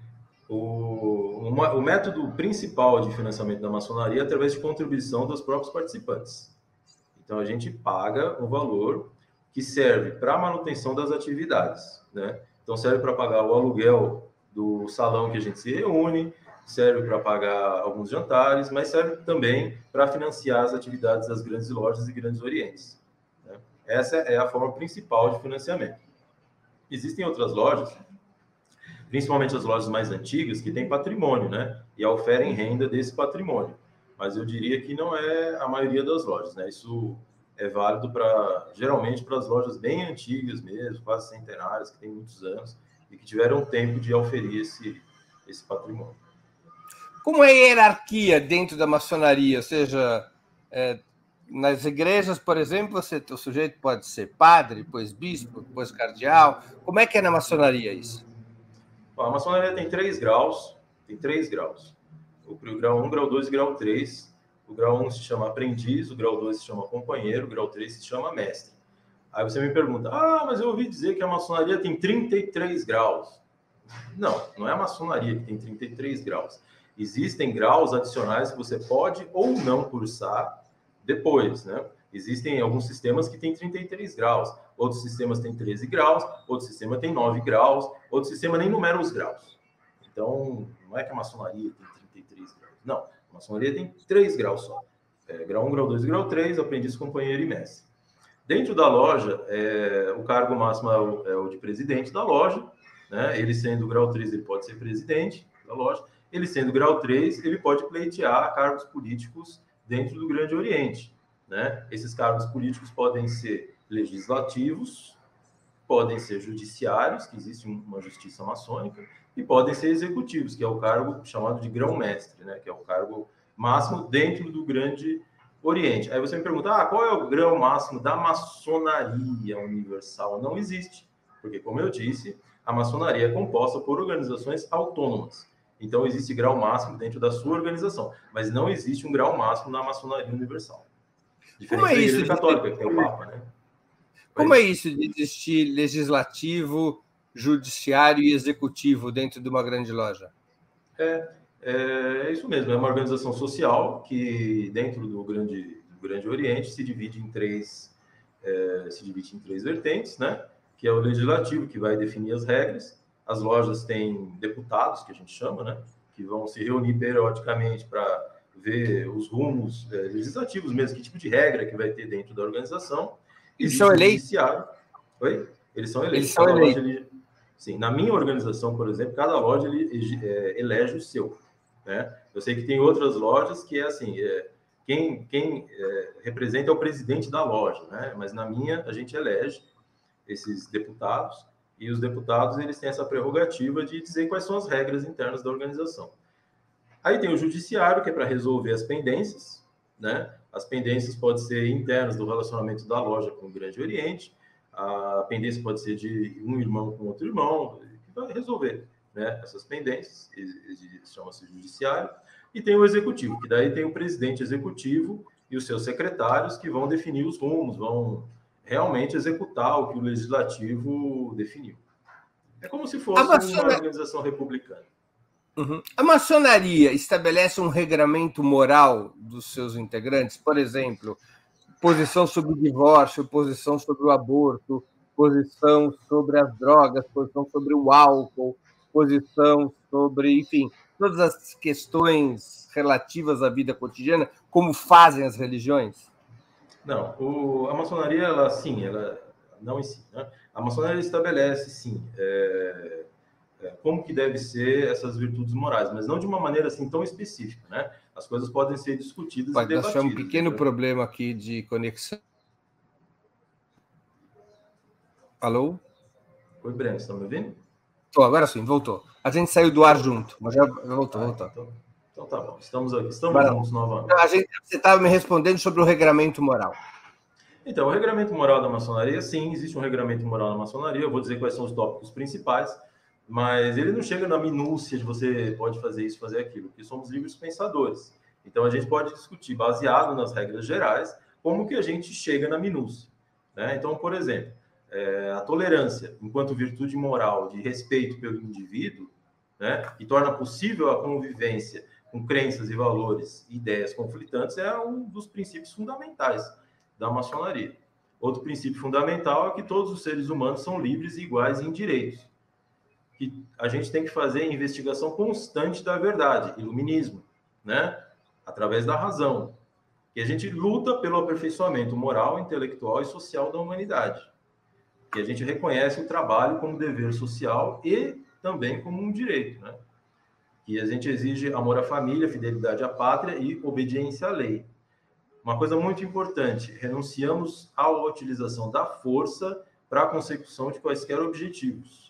Speaker 3: o, o método principal de financiamento da maçonaria é através de contribuição dos próprios participantes. Então, a gente paga um valor que serve para a manutenção das atividades, né? Então, serve para pagar o aluguel do salão que a gente se reúne, serve para pagar alguns jantares, mas serve também para financiar as atividades das grandes lojas e grandes orientes, né? Essa é a forma principal de financiamento. Existem outras lojas, principalmente as lojas mais antigas, que têm patrimônio, né? E oferem renda desse patrimônio. Mas eu diria que não é a maioria das lojas, né? Isso é válido para, geralmente, para as lojas bem antigas mesmo, quase centenárias, que têm muitos anos e que tiveram tempo de oferir esse, esse patrimônio.
Speaker 2: Como é a hierarquia dentro da maçonaria? Ou seja, é, nas igrejas, por exemplo, você, o sujeito pode ser padre, depois bispo, depois cardeal. Como é que é na maçonaria isso?
Speaker 3: Bom, a maçonaria tem três graus, tem três graus. O grau um, grau dois e grau três. O grau um se chama aprendiz, o grau dois se chama companheiro, o grau três se chama mestre. Aí você me pergunta, ah, mas eu ouvi dizer que a maçonaria tem trinta e três graus. Não, não é a maçonaria que tem trinta e três graus. Existem graus adicionais que você pode ou não cursar depois, né? Existem alguns sistemas que têm trinta e três graus, outros sistemas têm treze graus, outro sistema tem nove graus, outro sistema nem numera os graus. Então, não é que a maçonaria tem trinta e três graus. Não, a maçonaria tem três graus só. É, grau um, grau dois e grau três, aprendiz, companheiro e mestre. Dentro da loja, é, o cargo máximo é o, é o de presidente da loja, né? Ele sendo grau três, ele pode ser presidente da loja. Ele sendo grau três, ele pode pleitear cargos políticos dentro do Grande Oriente, né? Esses cargos políticos podem ser legislativos, podem ser judiciários, que existe uma justiça maçônica, e podem ser executivos, que é o cargo chamado de grão-mestre, né? Que é o cargo máximo dentro do Grande Oriente. Aí você me pergunta, ah, qual é o grau máximo da maçonaria universal? Não existe, porque, como eu disse, a maçonaria é composta por organizações autônomas. Então, existe grau máximo dentro da sua organização, mas não existe um grau máximo na maçonaria universal.
Speaker 2: Como é isso?
Speaker 3: Da Igreja Católica, que é o Papa, né?
Speaker 2: Como é isso de existir legislativo, judiciário e executivo dentro de uma grande loja?
Speaker 3: É, é isso mesmo, é uma organização social que, dentro do Grande, do grande Oriente, se divide em três, é, se divide em três vertentes, né? Que é o legislativo, que vai definir as regras. As lojas têm deputados, que a gente chama, né? Que vão se reunir periodicamente para ver os rumos é, legislativos mesmo, que tipo de regra que vai ter dentro da organização.
Speaker 2: Eles são eleitos?
Speaker 3: Oi? Eles são eleitos.
Speaker 2: Eles são
Speaker 3: cada
Speaker 2: eleitos.
Speaker 3: Loja, ele... Sim, na minha organização, por exemplo, cada loja ele, é, elege o seu, né? Eu sei que tem outras lojas que é assim, é, quem, quem é, representa é o presidente da loja, né? Mas na minha a gente elege esses deputados, e os deputados eles têm essa prerrogativa de dizer quais são as regras internas da organização. Aí tem o judiciário, que é para resolver as pendências, né? As pendências podem ser internas do relacionamento da loja com o Grande Oriente, a pendência pode ser de um irmão com outro irmão, que vai resolver, né, essas pendências, chama-se judiciário. E tem o executivo, que daí tem o presidente executivo e os seus secretários que vão definir os rumos, vão realmente executar o que o legislativo definiu. É como se fosse maçona... uma organização republicana.
Speaker 2: Uhum. A maçonaria estabelece um regramento moral dos seus integrantes? Por exemplo, posição sobre o divórcio, posição sobre o aborto, posição sobre as drogas, posição sobre o álcool, posição sobre, enfim, todas as questões relativas à vida cotidiana, como fazem as religiões?
Speaker 3: Não, o, a maçonaria, ela, sim, ela não ensina, né? A maçonaria estabelece, sim, é, é, como que deve ser essas virtudes morais, mas não de uma maneira assim tão específica, né? As coisas podem ser discutidas
Speaker 2: Pode,
Speaker 3: e debatidas.
Speaker 2: Nós temos um pequeno
Speaker 3: né?
Speaker 2: problema aqui de conexão. Alô?
Speaker 3: Oi, Breno, você está me ouvindo?
Speaker 2: Tô, agora sim, voltou. A gente saiu do ar junto, mas já voltou,
Speaker 3: ah,
Speaker 2: voltou.
Speaker 3: Então, então tá bom, estamos aqui, estamos Mas, juntos novamente.
Speaker 2: A gente, você estava me respondendo sobre o regramento moral.
Speaker 3: Então, o regramento moral da maçonaria, sim, existe um regramento moral na maçonaria, eu vou dizer quais são os tópicos principais, mas ele não chega na minúcia de você pode fazer isso, fazer aquilo, porque somos livres pensadores. Então, a gente pode discutir baseado nas regras gerais, como que a gente chega na minúcia, né? Então, por exemplo, é, a tolerância, enquanto virtude moral de respeito pelo indivíduo, né, que torna possível a convivência com crenças e valores e ideias conflitantes, é um dos princípios fundamentais da maçonaria. Outro princípio fundamental é que todos os seres humanos são livres e iguais em direitos. Que a gente tem que fazer investigação constante da verdade, iluminismo, né, através da razão. E a gente luta pelo aperfeiçoamento moral, intelectual e social da humanidade. E a gente reconhece o trabalho como dever social e também como um direito, né? E a gente exige amor à família, fidelidade à pátria e obediência à lei. Uma coisa muito importante, renunciamos à utilização da força para a consecução de quaisquer objetivos,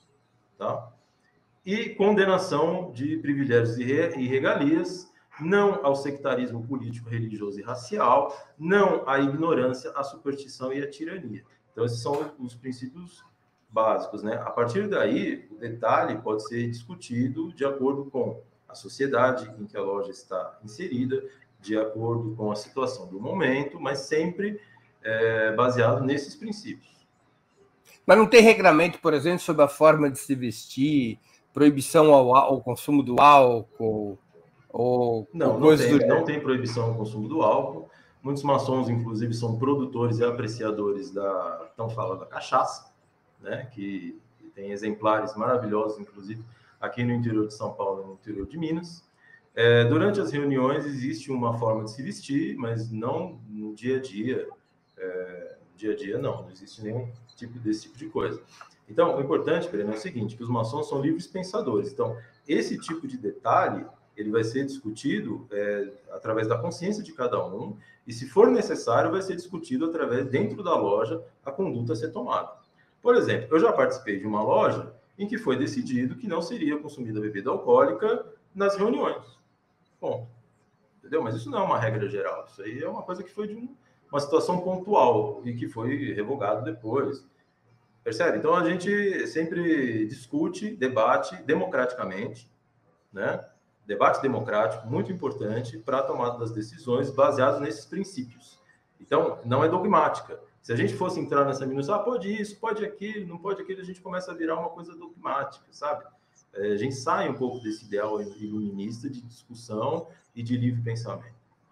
Speaker 3: tá? E condenação de privilégios e regalias, não ao sectarismo político, religioso e racial, não à ignorância, à superstição e à tirania. Então, esses são os princípios básicos, né? A partir daí, o detalhe pode ser discutido de acordo com a sociedade em que a loja está inserida, de acordo com a situação do momento, mas sempre é, baseado nesses princípios.
Speaker 2: Mas não tem regramento, por exemplo, sobre a forma de se vestir, proibição ao, ao consumo do álcool? Ou,
Speaker 3: não,
Speaker 2: ou
Speaker 3: não, tem,
Speaker 2: do...
Speaker 3: não tem proibição ao consumo do álcool. Muitos maçons, inclusive, são produtores e apreciadores da, então fala da cachaça, né? Que, que tem exemplares maravilhosos, inclusive, aqui no interior de São Paulo e no interior de Minas. É, durante as reuniões existe uma forma de se vestir, mas não no dia a dia. É, no dia a dia, não, não existe nenhum tipo desse tipo de coisa. Então, o importante, Breno, é o seguinte, que os maçons são livres pensadores. Então, esse tipo de detalhe, ele vai ser discutido é, através da consciência de cada um, e se for necessário, vai ser discutido através, dentro da loja, a conduta a ser tomada. Por exemplo, eu já participei de uma loja em que foi decidido que não seria consumida bebida alcoólica nas reuniões. Bom, entendeu? Mas isso não é uma regra geral. Isso aí é uma coisa que foi de um, uma situação pontual e que foi revogado depois. Percebe? Então, a gente sempre discute, debate democraticamente, né? Debate democrático, muito importante para a tomada das decisões baseadas nesses princípios. Então, não é dogmática. Se a gente fosse entrar nessa minúcia, ah, pode isso, pode aquilo, não pode aquilo, a gente começa a virar uma coisa dogmática, sabe? É, a gente sai um pouco desse ideal iluminista de discussão e de livre pensamento.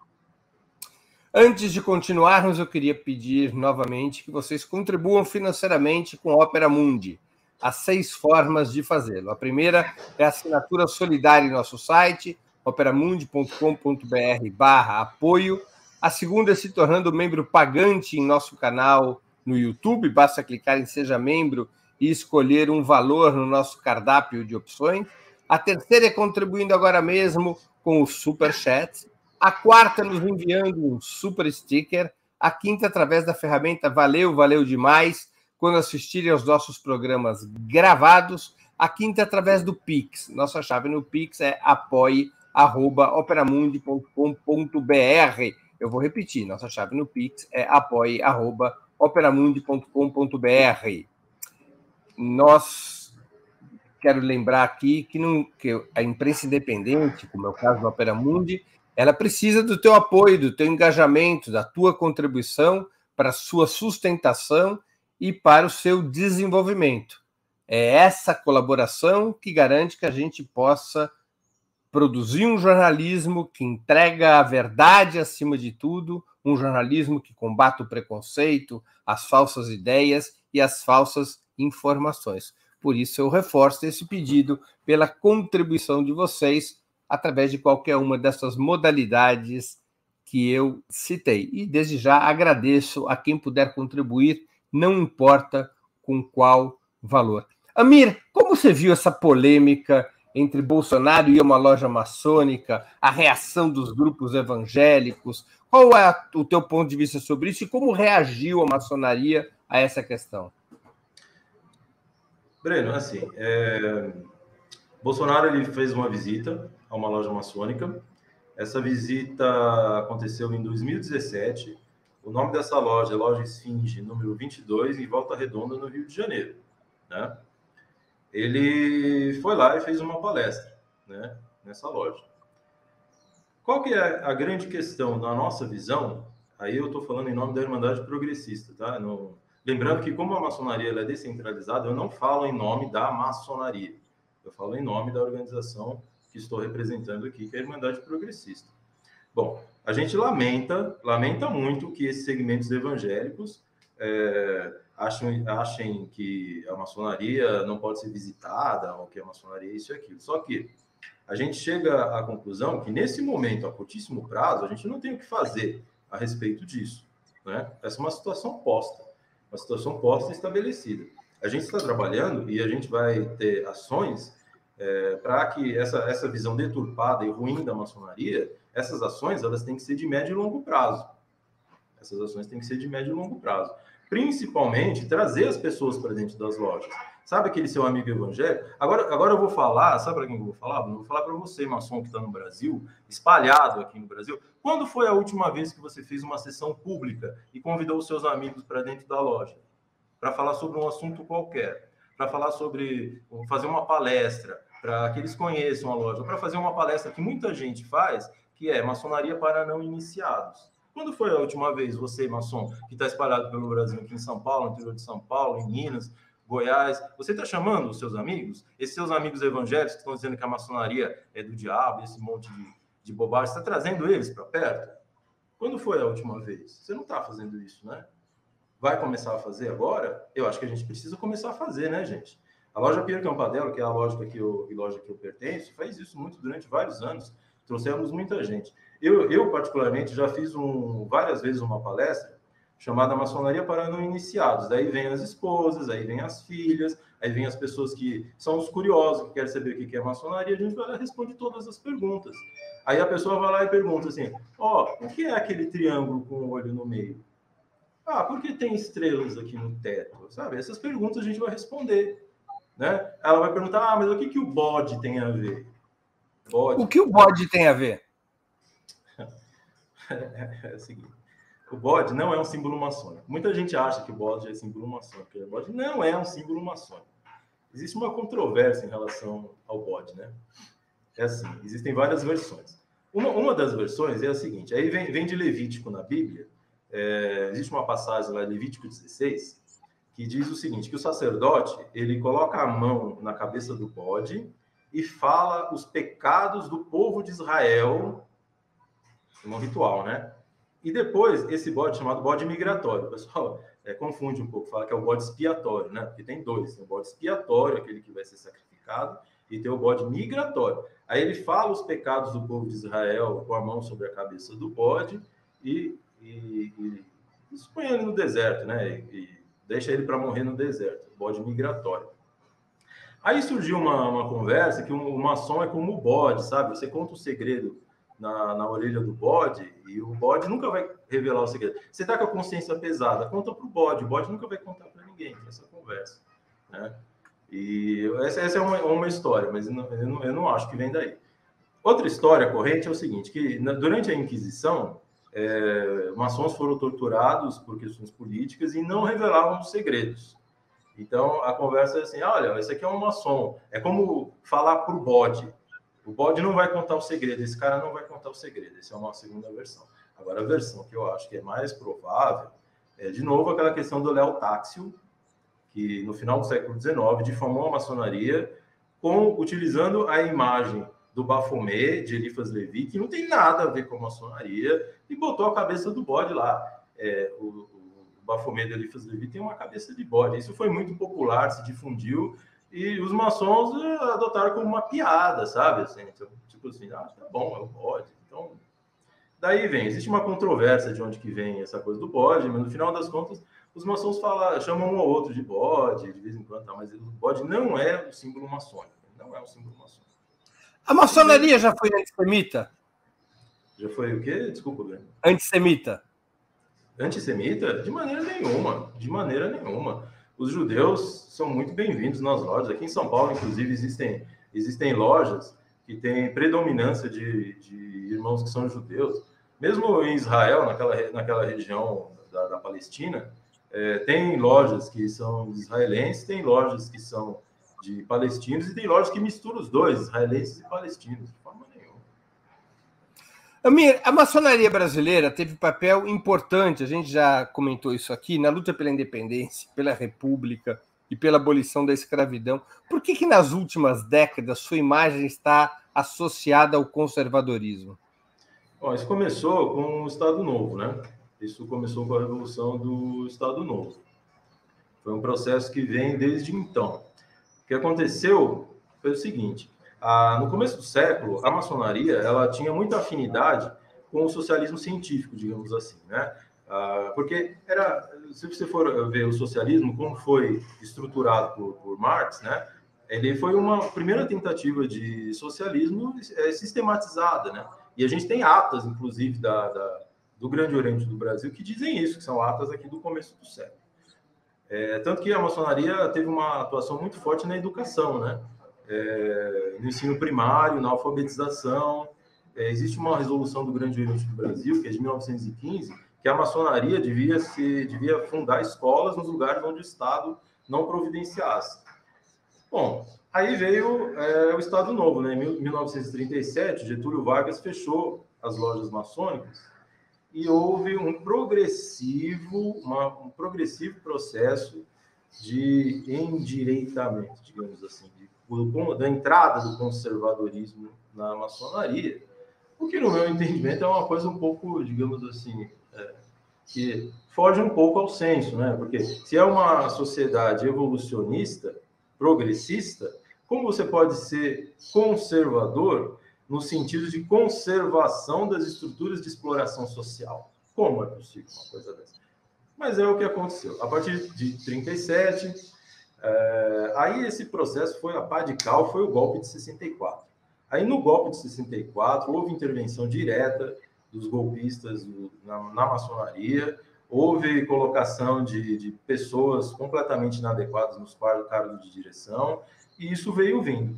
Speaker 2: Antes de continuarmos, eu queria pedir novamente que vocês contribuam financeiramente com a Opera Mundi. Há seis formas de fazê-lo. A primeira é a assinatura solidária em nosso site, operamundi ponto com ponto br barra apoio. A segunda é se tornando membro pagante em nosso canal no YouTube. Basta clicar em Seja Membro e escolher um valor no nosso cardápio de opções. A terceira é contribuindo agora mesmo com o Super Chat. A quarta, nos enviando um super sticker. A quinta, através da ferramenta Valeu, Valeu Demais, quando assistirem aos nossos programas gravados. A quinta, através do Pix. Nossa chave no Pix é apoie arroba operamundi ponto com ponto br. Eu vou repetir, nossa chave no Pix é apoie arroba operamundi ponto com ponto br. Nós, quero lembrar aqui que, não, que a imprensa independente, como é o caso do Opera Mundi, ela precisa do teu apoio, do teu engajamento, da tua contribuição para a sua sustentação e para o seu desenvolvimento. É essa colaboração que garante que a gente possa produzir um jornalismo que entrega a verdade acima de tudo, um jornalismo que combate o preconceito, as falsas ideias e as falsas informações. Por isso, eu reforço esse pedido pela contribuição de vocês através de qualquer uma dessas modalidades que eu citei. E, desde já, agradeço a quem puder contribuir, não importa com qual valor. Amir, como você viu essa polêmica entre Bolsonaro e uma loja maçônica, a reação dos grupos evangélicos? Qual é o teu ponto de vista sobre isso e como reagiu a maçonaria a essa questão?
Speaker 3: Breno, assim, é... Bolsonaro ele fez uma visita a uma loja maçônica. Essa visita aconteceu em dois mil e dezessete. O nome dessa loja é Loja Esfinge, número vinte e dois, em Volta Redonda, no Rio de Janeiro, né? Ele foi lá e fez uma palestra, né, nessa loja. Qual que é a grande questão, na nossa visão? aí eu estou falando em nome da Irmandade Progressista, tá? Não... Lembrando que, como a maçonaria ela é descentralizada, eu não falo em nome da maçonaria. Eu falo em nome da organização que estou representando aqui, que é a Irmandade Progressista. Bom, a gente lamenta, lamenta muito que esses segmentos evangélicos é, achem, achem que a maçonaria não pode ser visitada, ou que a maçonaria é isso e aquilo. Só que a gente chega à conclusão que, nesse momento, a curtíssimo prazo, a gente não tem o que fazer a respeito disso, né? Essa é uma situação posta, uma situação posta e estabelecida. A gente está trabalhando e a gente vai ter ações é, para que essa, essa visão deturpada e ruim da maçonaria, essas ações, elas têm que ser de médio e longo prazo. Essas ações têm que ser de médio e longo prazo. Principalmente, trazer as pessoas para dentro das lojas. Sabe aquele seu amigo evangélico? Agora, agora eu vou falar, sabe para quem eu vou falar? Eu vou falar para você, maçom que está no Brasil, espalhado aqui no Brasil. Quando foi a última vez que você fez uma sessão pública e convidou os seus amigos para dentro da loja? Para falar sobre um assunto qualquer, para falar sobre, fazer uma palestra, para que eles conheçam a loja, para fazer uma palestra que muita gente faz, que é maçonaria para não iniciados. Quando foi a última vez você, maçom, que está espalhado pelo Brasil, aqui em São Paulo, no interior de São Paulo, em Minas, Goiás, você está chamando os seus amigos? Esses seus amigos evangélicos que estão dizendo que a maçonaria é do diabo, esse monte de, de bobagem, você está trazendo eles para perto? Quando foi a última vez? Você não está fazendo isso, né? Vai começar a fazer agora? Eu acho que a gente precisa começar a fazer, né, gente? A loja Pier Campadello, que é a loja que eu, loja que eu pertenço, faz isso muito durante vários anos. Trouxemos muita gente. Eu, eu particularmente, já fiz um, várias vezes uma palestra chamada Maçonaria para não iniciados. Daí vem as esposas, aí vem as filhas, aí vem as pessoas que são os curiosos, que querem saber o que é maçonaria, a gente vai lá e responde todas as perguntas. Aí a pessoa vai lá e pergunta assim, ó, oh, o que é aquele triângulo com o olho no meio? Ah, por que tem estrelas aqui no teto? Sabe? Essas perguntas a gente vai responder, né? Ela vai perguntar, ah, mas o que, que o bode tem a ver? Bode.
Speaker 2: O que o bode tem a ver?
Speaker 3: É o seguinte, o bode não é um símbolo maçônico. Muita gente acha que o bode é símbolo maçônico. O bode não é um símbolo maçônico. Existe uma controvérsia em relação ao bode, né? É assim, existem várias versões. Uma, uma das versões é a seguinte, aí vem, vem de Levítico na Bíblia, é, existe uma passagem lá em Levítico dezesseis, que diz o seguinte, que o sacerdote, ele coloca a mão na cabeça do bode e fala os pecados do povo de Israel, um ritual, né? E depois, esse bode chamado bode migratório, o pessoal é, confunde um pouco, fala que é o bode expiatório, né? Porque tem dois, tem o bode expiatório, aquele que vai ser sacrificado, e tem o bode migratório. Aí ele fala os pecados do povo de Israel com a mão sobre a cabeça do bode e, e, e expõe ele no deserto, né? E, e deixa ele para morrer no deserto, o bode migratório. Aí surgiu uma, uma conversa que o maçom é como o bode, sabe? Você conta o segredo Na, na orelha do bode, e o bode nunca vai revelar o segredo. Você está com a consciência pesada, conta para o bode, o bode nunca vai contar para ninguém essa conversa, né? E essa, essa é uma, uma história, mas eu não, eu, não, eu não acho que vem daí. Outra história corrente é o seguinte, que na, durante a Inquisição, é, maçons foram torturados por questões políticas e não revelavam os segredos. Então, a conversa é assim, olha, esse aqui é um maçom, é como falar para o bode, o bode não vai contar o segredo, esse cara não vai contar o segredo. Essa é uma segunda versão. Agora, a versão que eu acho que é mais provável é, de novo, aquela questão do Léo Táxil, que no final do século dezenove difamou a maçonaria com, utilizando a imagem do Bafomé, de Eliphas Levi, que não tem nada a ver com a maçonaria, e botou a cabeça do bode lá. É, o, o Bafomé de Eliphas Levi tem uma cabeça de bode. Isso foi muito popular, se difundiu, e os maçons adotaram como uma piada, sabe? Assim, tipo assim, ah, tá bom, é o bode. Então, daí vem, existe uma controvérsia de onde que vem essa coisa do bode, mas no final das contas, os maçons falam, chamam um ou outro de bode, de vez em quando, tá, mas o bode não é o símbolo maçônico, não é o símbolo maçônico.
Speaker 2: A maçonaria já foi antissemita?
Speaker 3: Já foi o quê? Desculpa, Guilherme.
Speaker 2: Antissemita.
Speaker 3: Antissemita? De maneira nenhuma, de maneira nenhuma. Os judeus são muito bem-vindos nas lojas. Aqui em São Paulo, inclusive, existem, existem lojas que têm predominância de, de irmãos que são judeus. Mesmo em Israel, naquela, naquela região da, da Palestina, é, tem lojas que são israelenses, tem lojas que são de palestinos e tem lojas que misturam os dois, israelenses e palestinos, de forma nenhuma.
Speaker 2: Amir, a maçonaria brasileira teve papel importante, a gente já comentou isso aqui, na luta pela independência, pela república e pela abolição da escravidão. Por que que nas últimas décadas sua imagem está associada ao conservadorismo?
Speaker 3: Bom, isso começou com o Estado Novo, né? Isso começou com a Revolução do Estado Novo. Foi um processo que vem desde então. O que aconteceu foi o seguinte: a, no começo do século, a maçonaria ela tinha muita afinidade com o socialismo científico, digamos assim, né? Ah, porque era, se você for ver o socialismo, como foi estruturado por, por Marx, né? Ele foi uma primeira tentativa de socialismo é, sistematizada, né? E a gente tem atas, inclusive, da, da, do Grande Oriente do Brasil, que dizem isso, que são atas aqui do começo do século. É, tanto que a maçonaria teve uma atuação muito forte na educação, né? É, no ensino primário, na alfabetização. É, existe uma resolução do Grande Oriente do Brasil, que é de mil novecentos e quinze, que a maçonaria devia, se, devia fundar escolas nos lugares onde o Estado não providenciasse. Bom, aí veio é, o Estado Novo, né? Em mil novecentos e trinta e sete, Getúlio Vargas fechou as lojas maçônicas e houve um progressivo, uma, um progressivo processo de endireitamento, digamos assim, de, da entrada do conservadorismo na maçonaria, o que, no meu entendimento, é uma coisa um pouco, digamos assim, é, que foge um pouco ao senso, né? Porque se é uma sociedade evolucionista, progressista, como você pode ser conservador no sentido de conservação das estruturas de exploração social? Como é possível uma coisa dessa? Mas é o que aconteceu. A partir de trinta e sete, é, aí esse processo foi a pá de cal, foi o golpe de sessenta e quatro. Aí no golpe de sessenta e quatro houve intervenção direta dos golpistas na, na maçonaria, houve colocação de, de pessoas completamente inadequadas nos cargos de direção, e isso veio vindo.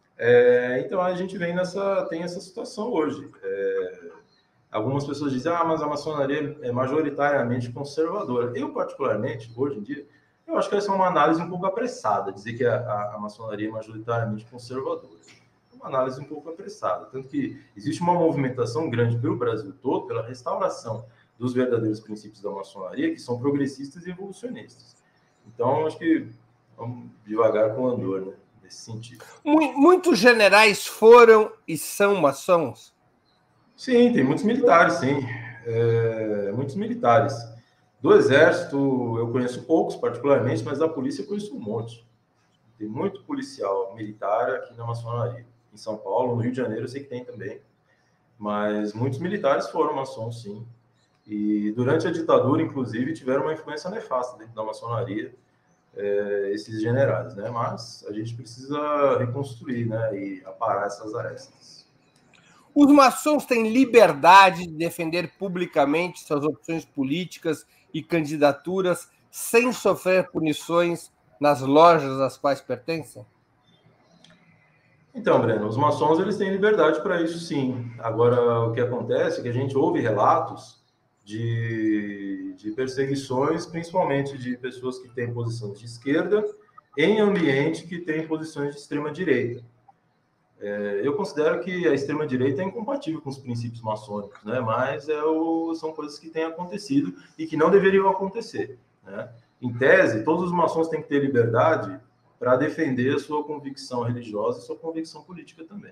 Speaker 3: É, então a gente vem nessa, tem essa situação hoje. É, algumas pessoas dizem, ah, mas a maçonaria é majoritariamente conservadora. Eu, particularmente, hoje em dia, eu acho que essa é uma análise um pouco apressada, dizer que a, a, a maçonaria é majoritariamente conservadora. É uma análise um pouco apressada. Tanto que existe uma movimentação grande pelo Brasil todo, pela restauração dos verdadeiros princípios da maçonaria, que são progressistas e evolucionistas. Então, acho que vamos devagar com o andor, né? Nesse sentido.
Speaker 2: Muitos generais foram e são maçons?
Speaker 3: Sim, tem muitos militares, sim. É, muitos militares. Do Exército, eu conheço poucos, particularmente, mas da polícia eu conheço um monte. Tem muito policial militar aqui na maçonaria. Em São Paulo, no Rio de Janeiro, eu sei que tem também. Mas muitos militares foram maçons, sim. E durante a ditadura, inclusive, tiveram uma influência nefasta dentro da maçonaria, é, esses generais, né? Mas a gente precisa reconstruir, né? E aparar essas arestas.
Speaker 2: Os maçons têm liberdade de defender publicamente suas opções políticas e candidaturas sem sofrer punições nas lojas às quais pertencem?
Speaker 3: Então, Breno, os maçons eles têm liberdade para isso, sim. Agora, o que acontece é que a gente ouve relatos de, de perseguições, principalmente de pessoas que têm posições de esquerda, em ambiente que tem posições de extrema-direita. É, eu considero que a extrema-direita é incompatível com os princípios maçônicos, né? Mas é o, são coisas que têm acontecido e que não deveriam acontecer, né? Em tese, todos os maçons têm que ter liberdade para defender a sua convicção religiosa e sua convicção política também.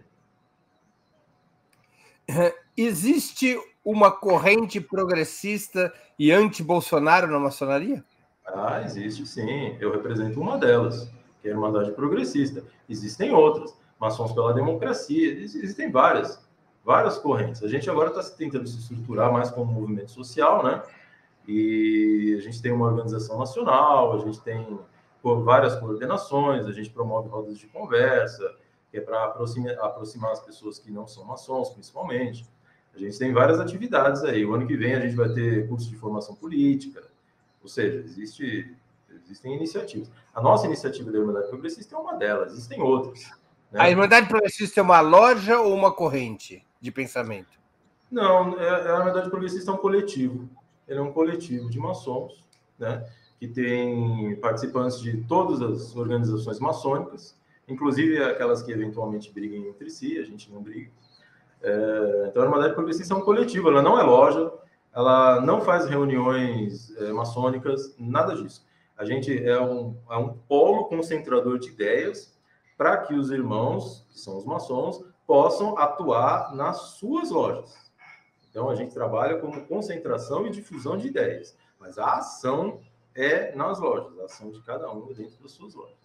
Speaker 2: Existe uma corrente progressista e anti-Bolsonaro na maçonaria?
Speaker 3: Ah, existe sim. Eu represento uma delas, que é a Irmandade Progressista. Existem outras. Maçons pela Democracia, existem várias, várias correntes. A gente agora está tentando se estruturar mais como um movimento social, né? E a gente tem uma organização nacional, a gente tem várias coordenações, a gente promove rodas de conversa, que é para aproximar, aproximar as pessoas que não são maçons, principalmente. A gente tem várias atividades aí. O ano que vem a gente vai ter curso de formação política, ou seja, existe, existem iniciativas. A nossa iniciativa da Irmandade Progressista é uma delas, existem outras. Né?
Speaker 2: A Irmandade Progressista é uma loja ou uma corrente de pensamento?
Speaker 3: Não, a Irmandade Progressista é um coletivo. Ele é um coletivo de maçons, né, que tem participantes de todas as organizações maçônicas, inclusive aquelas que eventualmente briguem entre si, a gente não briga. É, então, a Irmandade Progressista é um coletivo, ela não é loja, ela não faz reuniões é, maçônicas, nada disso. A gente é um, é um polo concentrador de ideias para que os irmãos, que são os maçons, possam atuar nas suas lojas. Então, a gente trabalha como concentração e difusão de ideias, mas a ação é nas lojas, a ação de cada um dentro das suas lojas.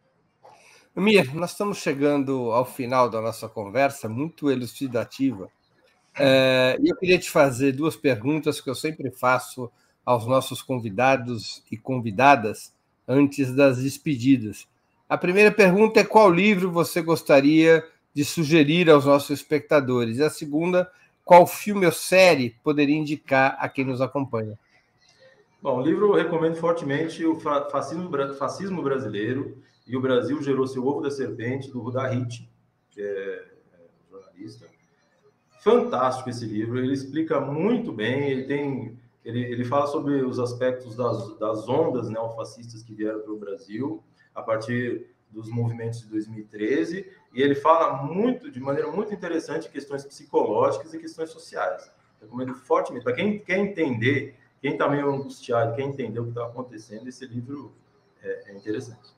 Speaker 2: Mir, nós estamos chegando ao final da nossa conversa, muito elucidativa. É, e eu queria te fazer duas perguntas que eu sempre faço aos nossos convidados e convidadas antes das despedidas. A primeira pergunta é: qual livro você gostaria de sugerir aos nossos espectadores? E a segunda, qual filme ou série poderia indicar a quem nos acompanha?
Speaker 3: Bom, o livro eu recomendo fortemente, o Fascismo, Fascismo Brasileiro e o Brasil Gerou Seu Ovo da Serpente, do Rudá Hit, que é jornalista. Fantástico esse livro, ele explica muito bem, ele tem, ele, ele fala sobre os aspectos das, das ondas neofascistas que vieram para o Brasil a partir dos movimentos de dois mil e treze, e ele fala muito, de maneira muito interessante, questões psicológicas e questões sociais. Recomendo fortemente, para quem quer entender, quem está meio angustiado, quer entender o que está acontecendo, esse livro é, é interessante.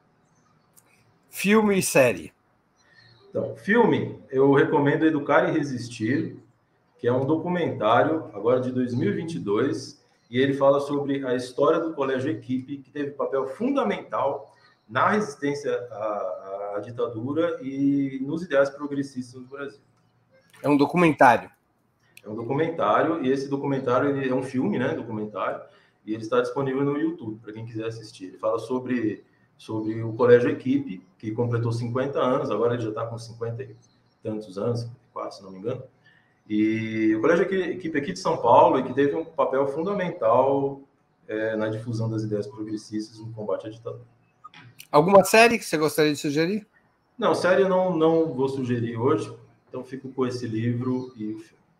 Speaker 2: Filme e série.
Speaker 3: Então, filme, eu recomendo Educar e Resistir, que é um documentário, agora de dois mil e vinte e dois, e ele fala sobre a história do Colégio Equipe, que teve papel fundamental na resistência à, à ditadura e nos ideais progressistas do Brasil.
Speaker 2: É um documentário.
Speaker 3: É um documentário, e esse documentário ele é um filme, né, documentário, e ele está disponível no YouTube, para quem quiser assistir. Ele fala sobre... sobre o Colégio Equipe, que completou cinquenta anos, agora ele já está com cinquenta e tantos anos, cinquenta e quatro, se não me engano. E o Colégio Equipe aqui de São Paulo, e que teve um papel fundamental é, na difusão das ideias progressistas no combate à ditadura.
Speaker 2: Alguma série que você gostaria de sugerir?
Speaker 3: Não, série eu não, não vou sugerir hoje, então fico com esse livro e o filme.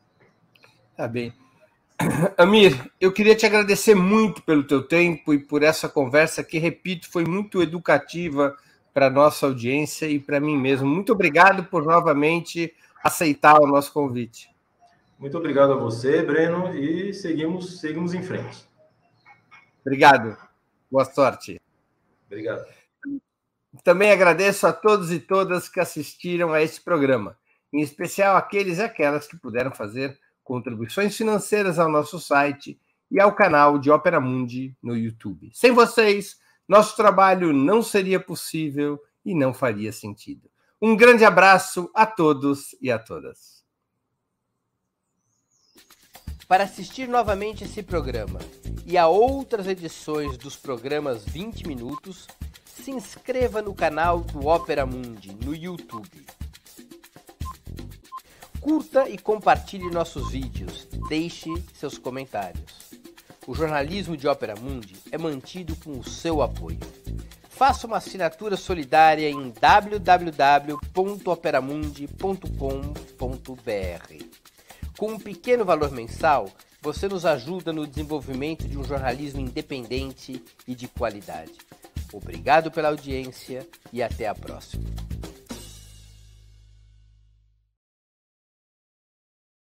Speaker 2: Tá bem. Amir, eu queria te agradecer muito pelo teu tempo e por essa conversa que, repito, foi muito educativa para a nossa audiência e para mim mesmo. Muito obrigado por novamente aceitar o nosso convite.
Speaker 3: Muito obrigado a você, Breno, e seguimos, seguimos em frente.
Speaker 2: Obrigado. Boa sorte.
Speaker 3: Obrigado.
Speaker 2: Também agradeço a todos e todas que assistiram a este programa, em especial aqueles e aquelas que puderam fazer contribuições financeiras ao nosso site e ao canal de Ópera Mundi no YouTube. Sem vocês, nosso trabalho não seria possível e não faria sentido. Um grande abraço a todos e a todas.
Speaker 4: Para assistir novamente esse programa e a outras edições dos programas vinte minutos, se inscreva no canal do Ópera Mundi no YouTube. Curta e compartilhe nossos vídeos, deixe seus comentários. O jornalismo de Ópera Mundi é mantido com o seu apoio. Faça uma assinatura solidária em w w w ponto operamundi ponto com ponto b r. Com um pequeno valor mensal, você nos ajuda no desenvolvimento de um jornalismo independente e de qualidade. Obrigado pela audiência e até a próxima.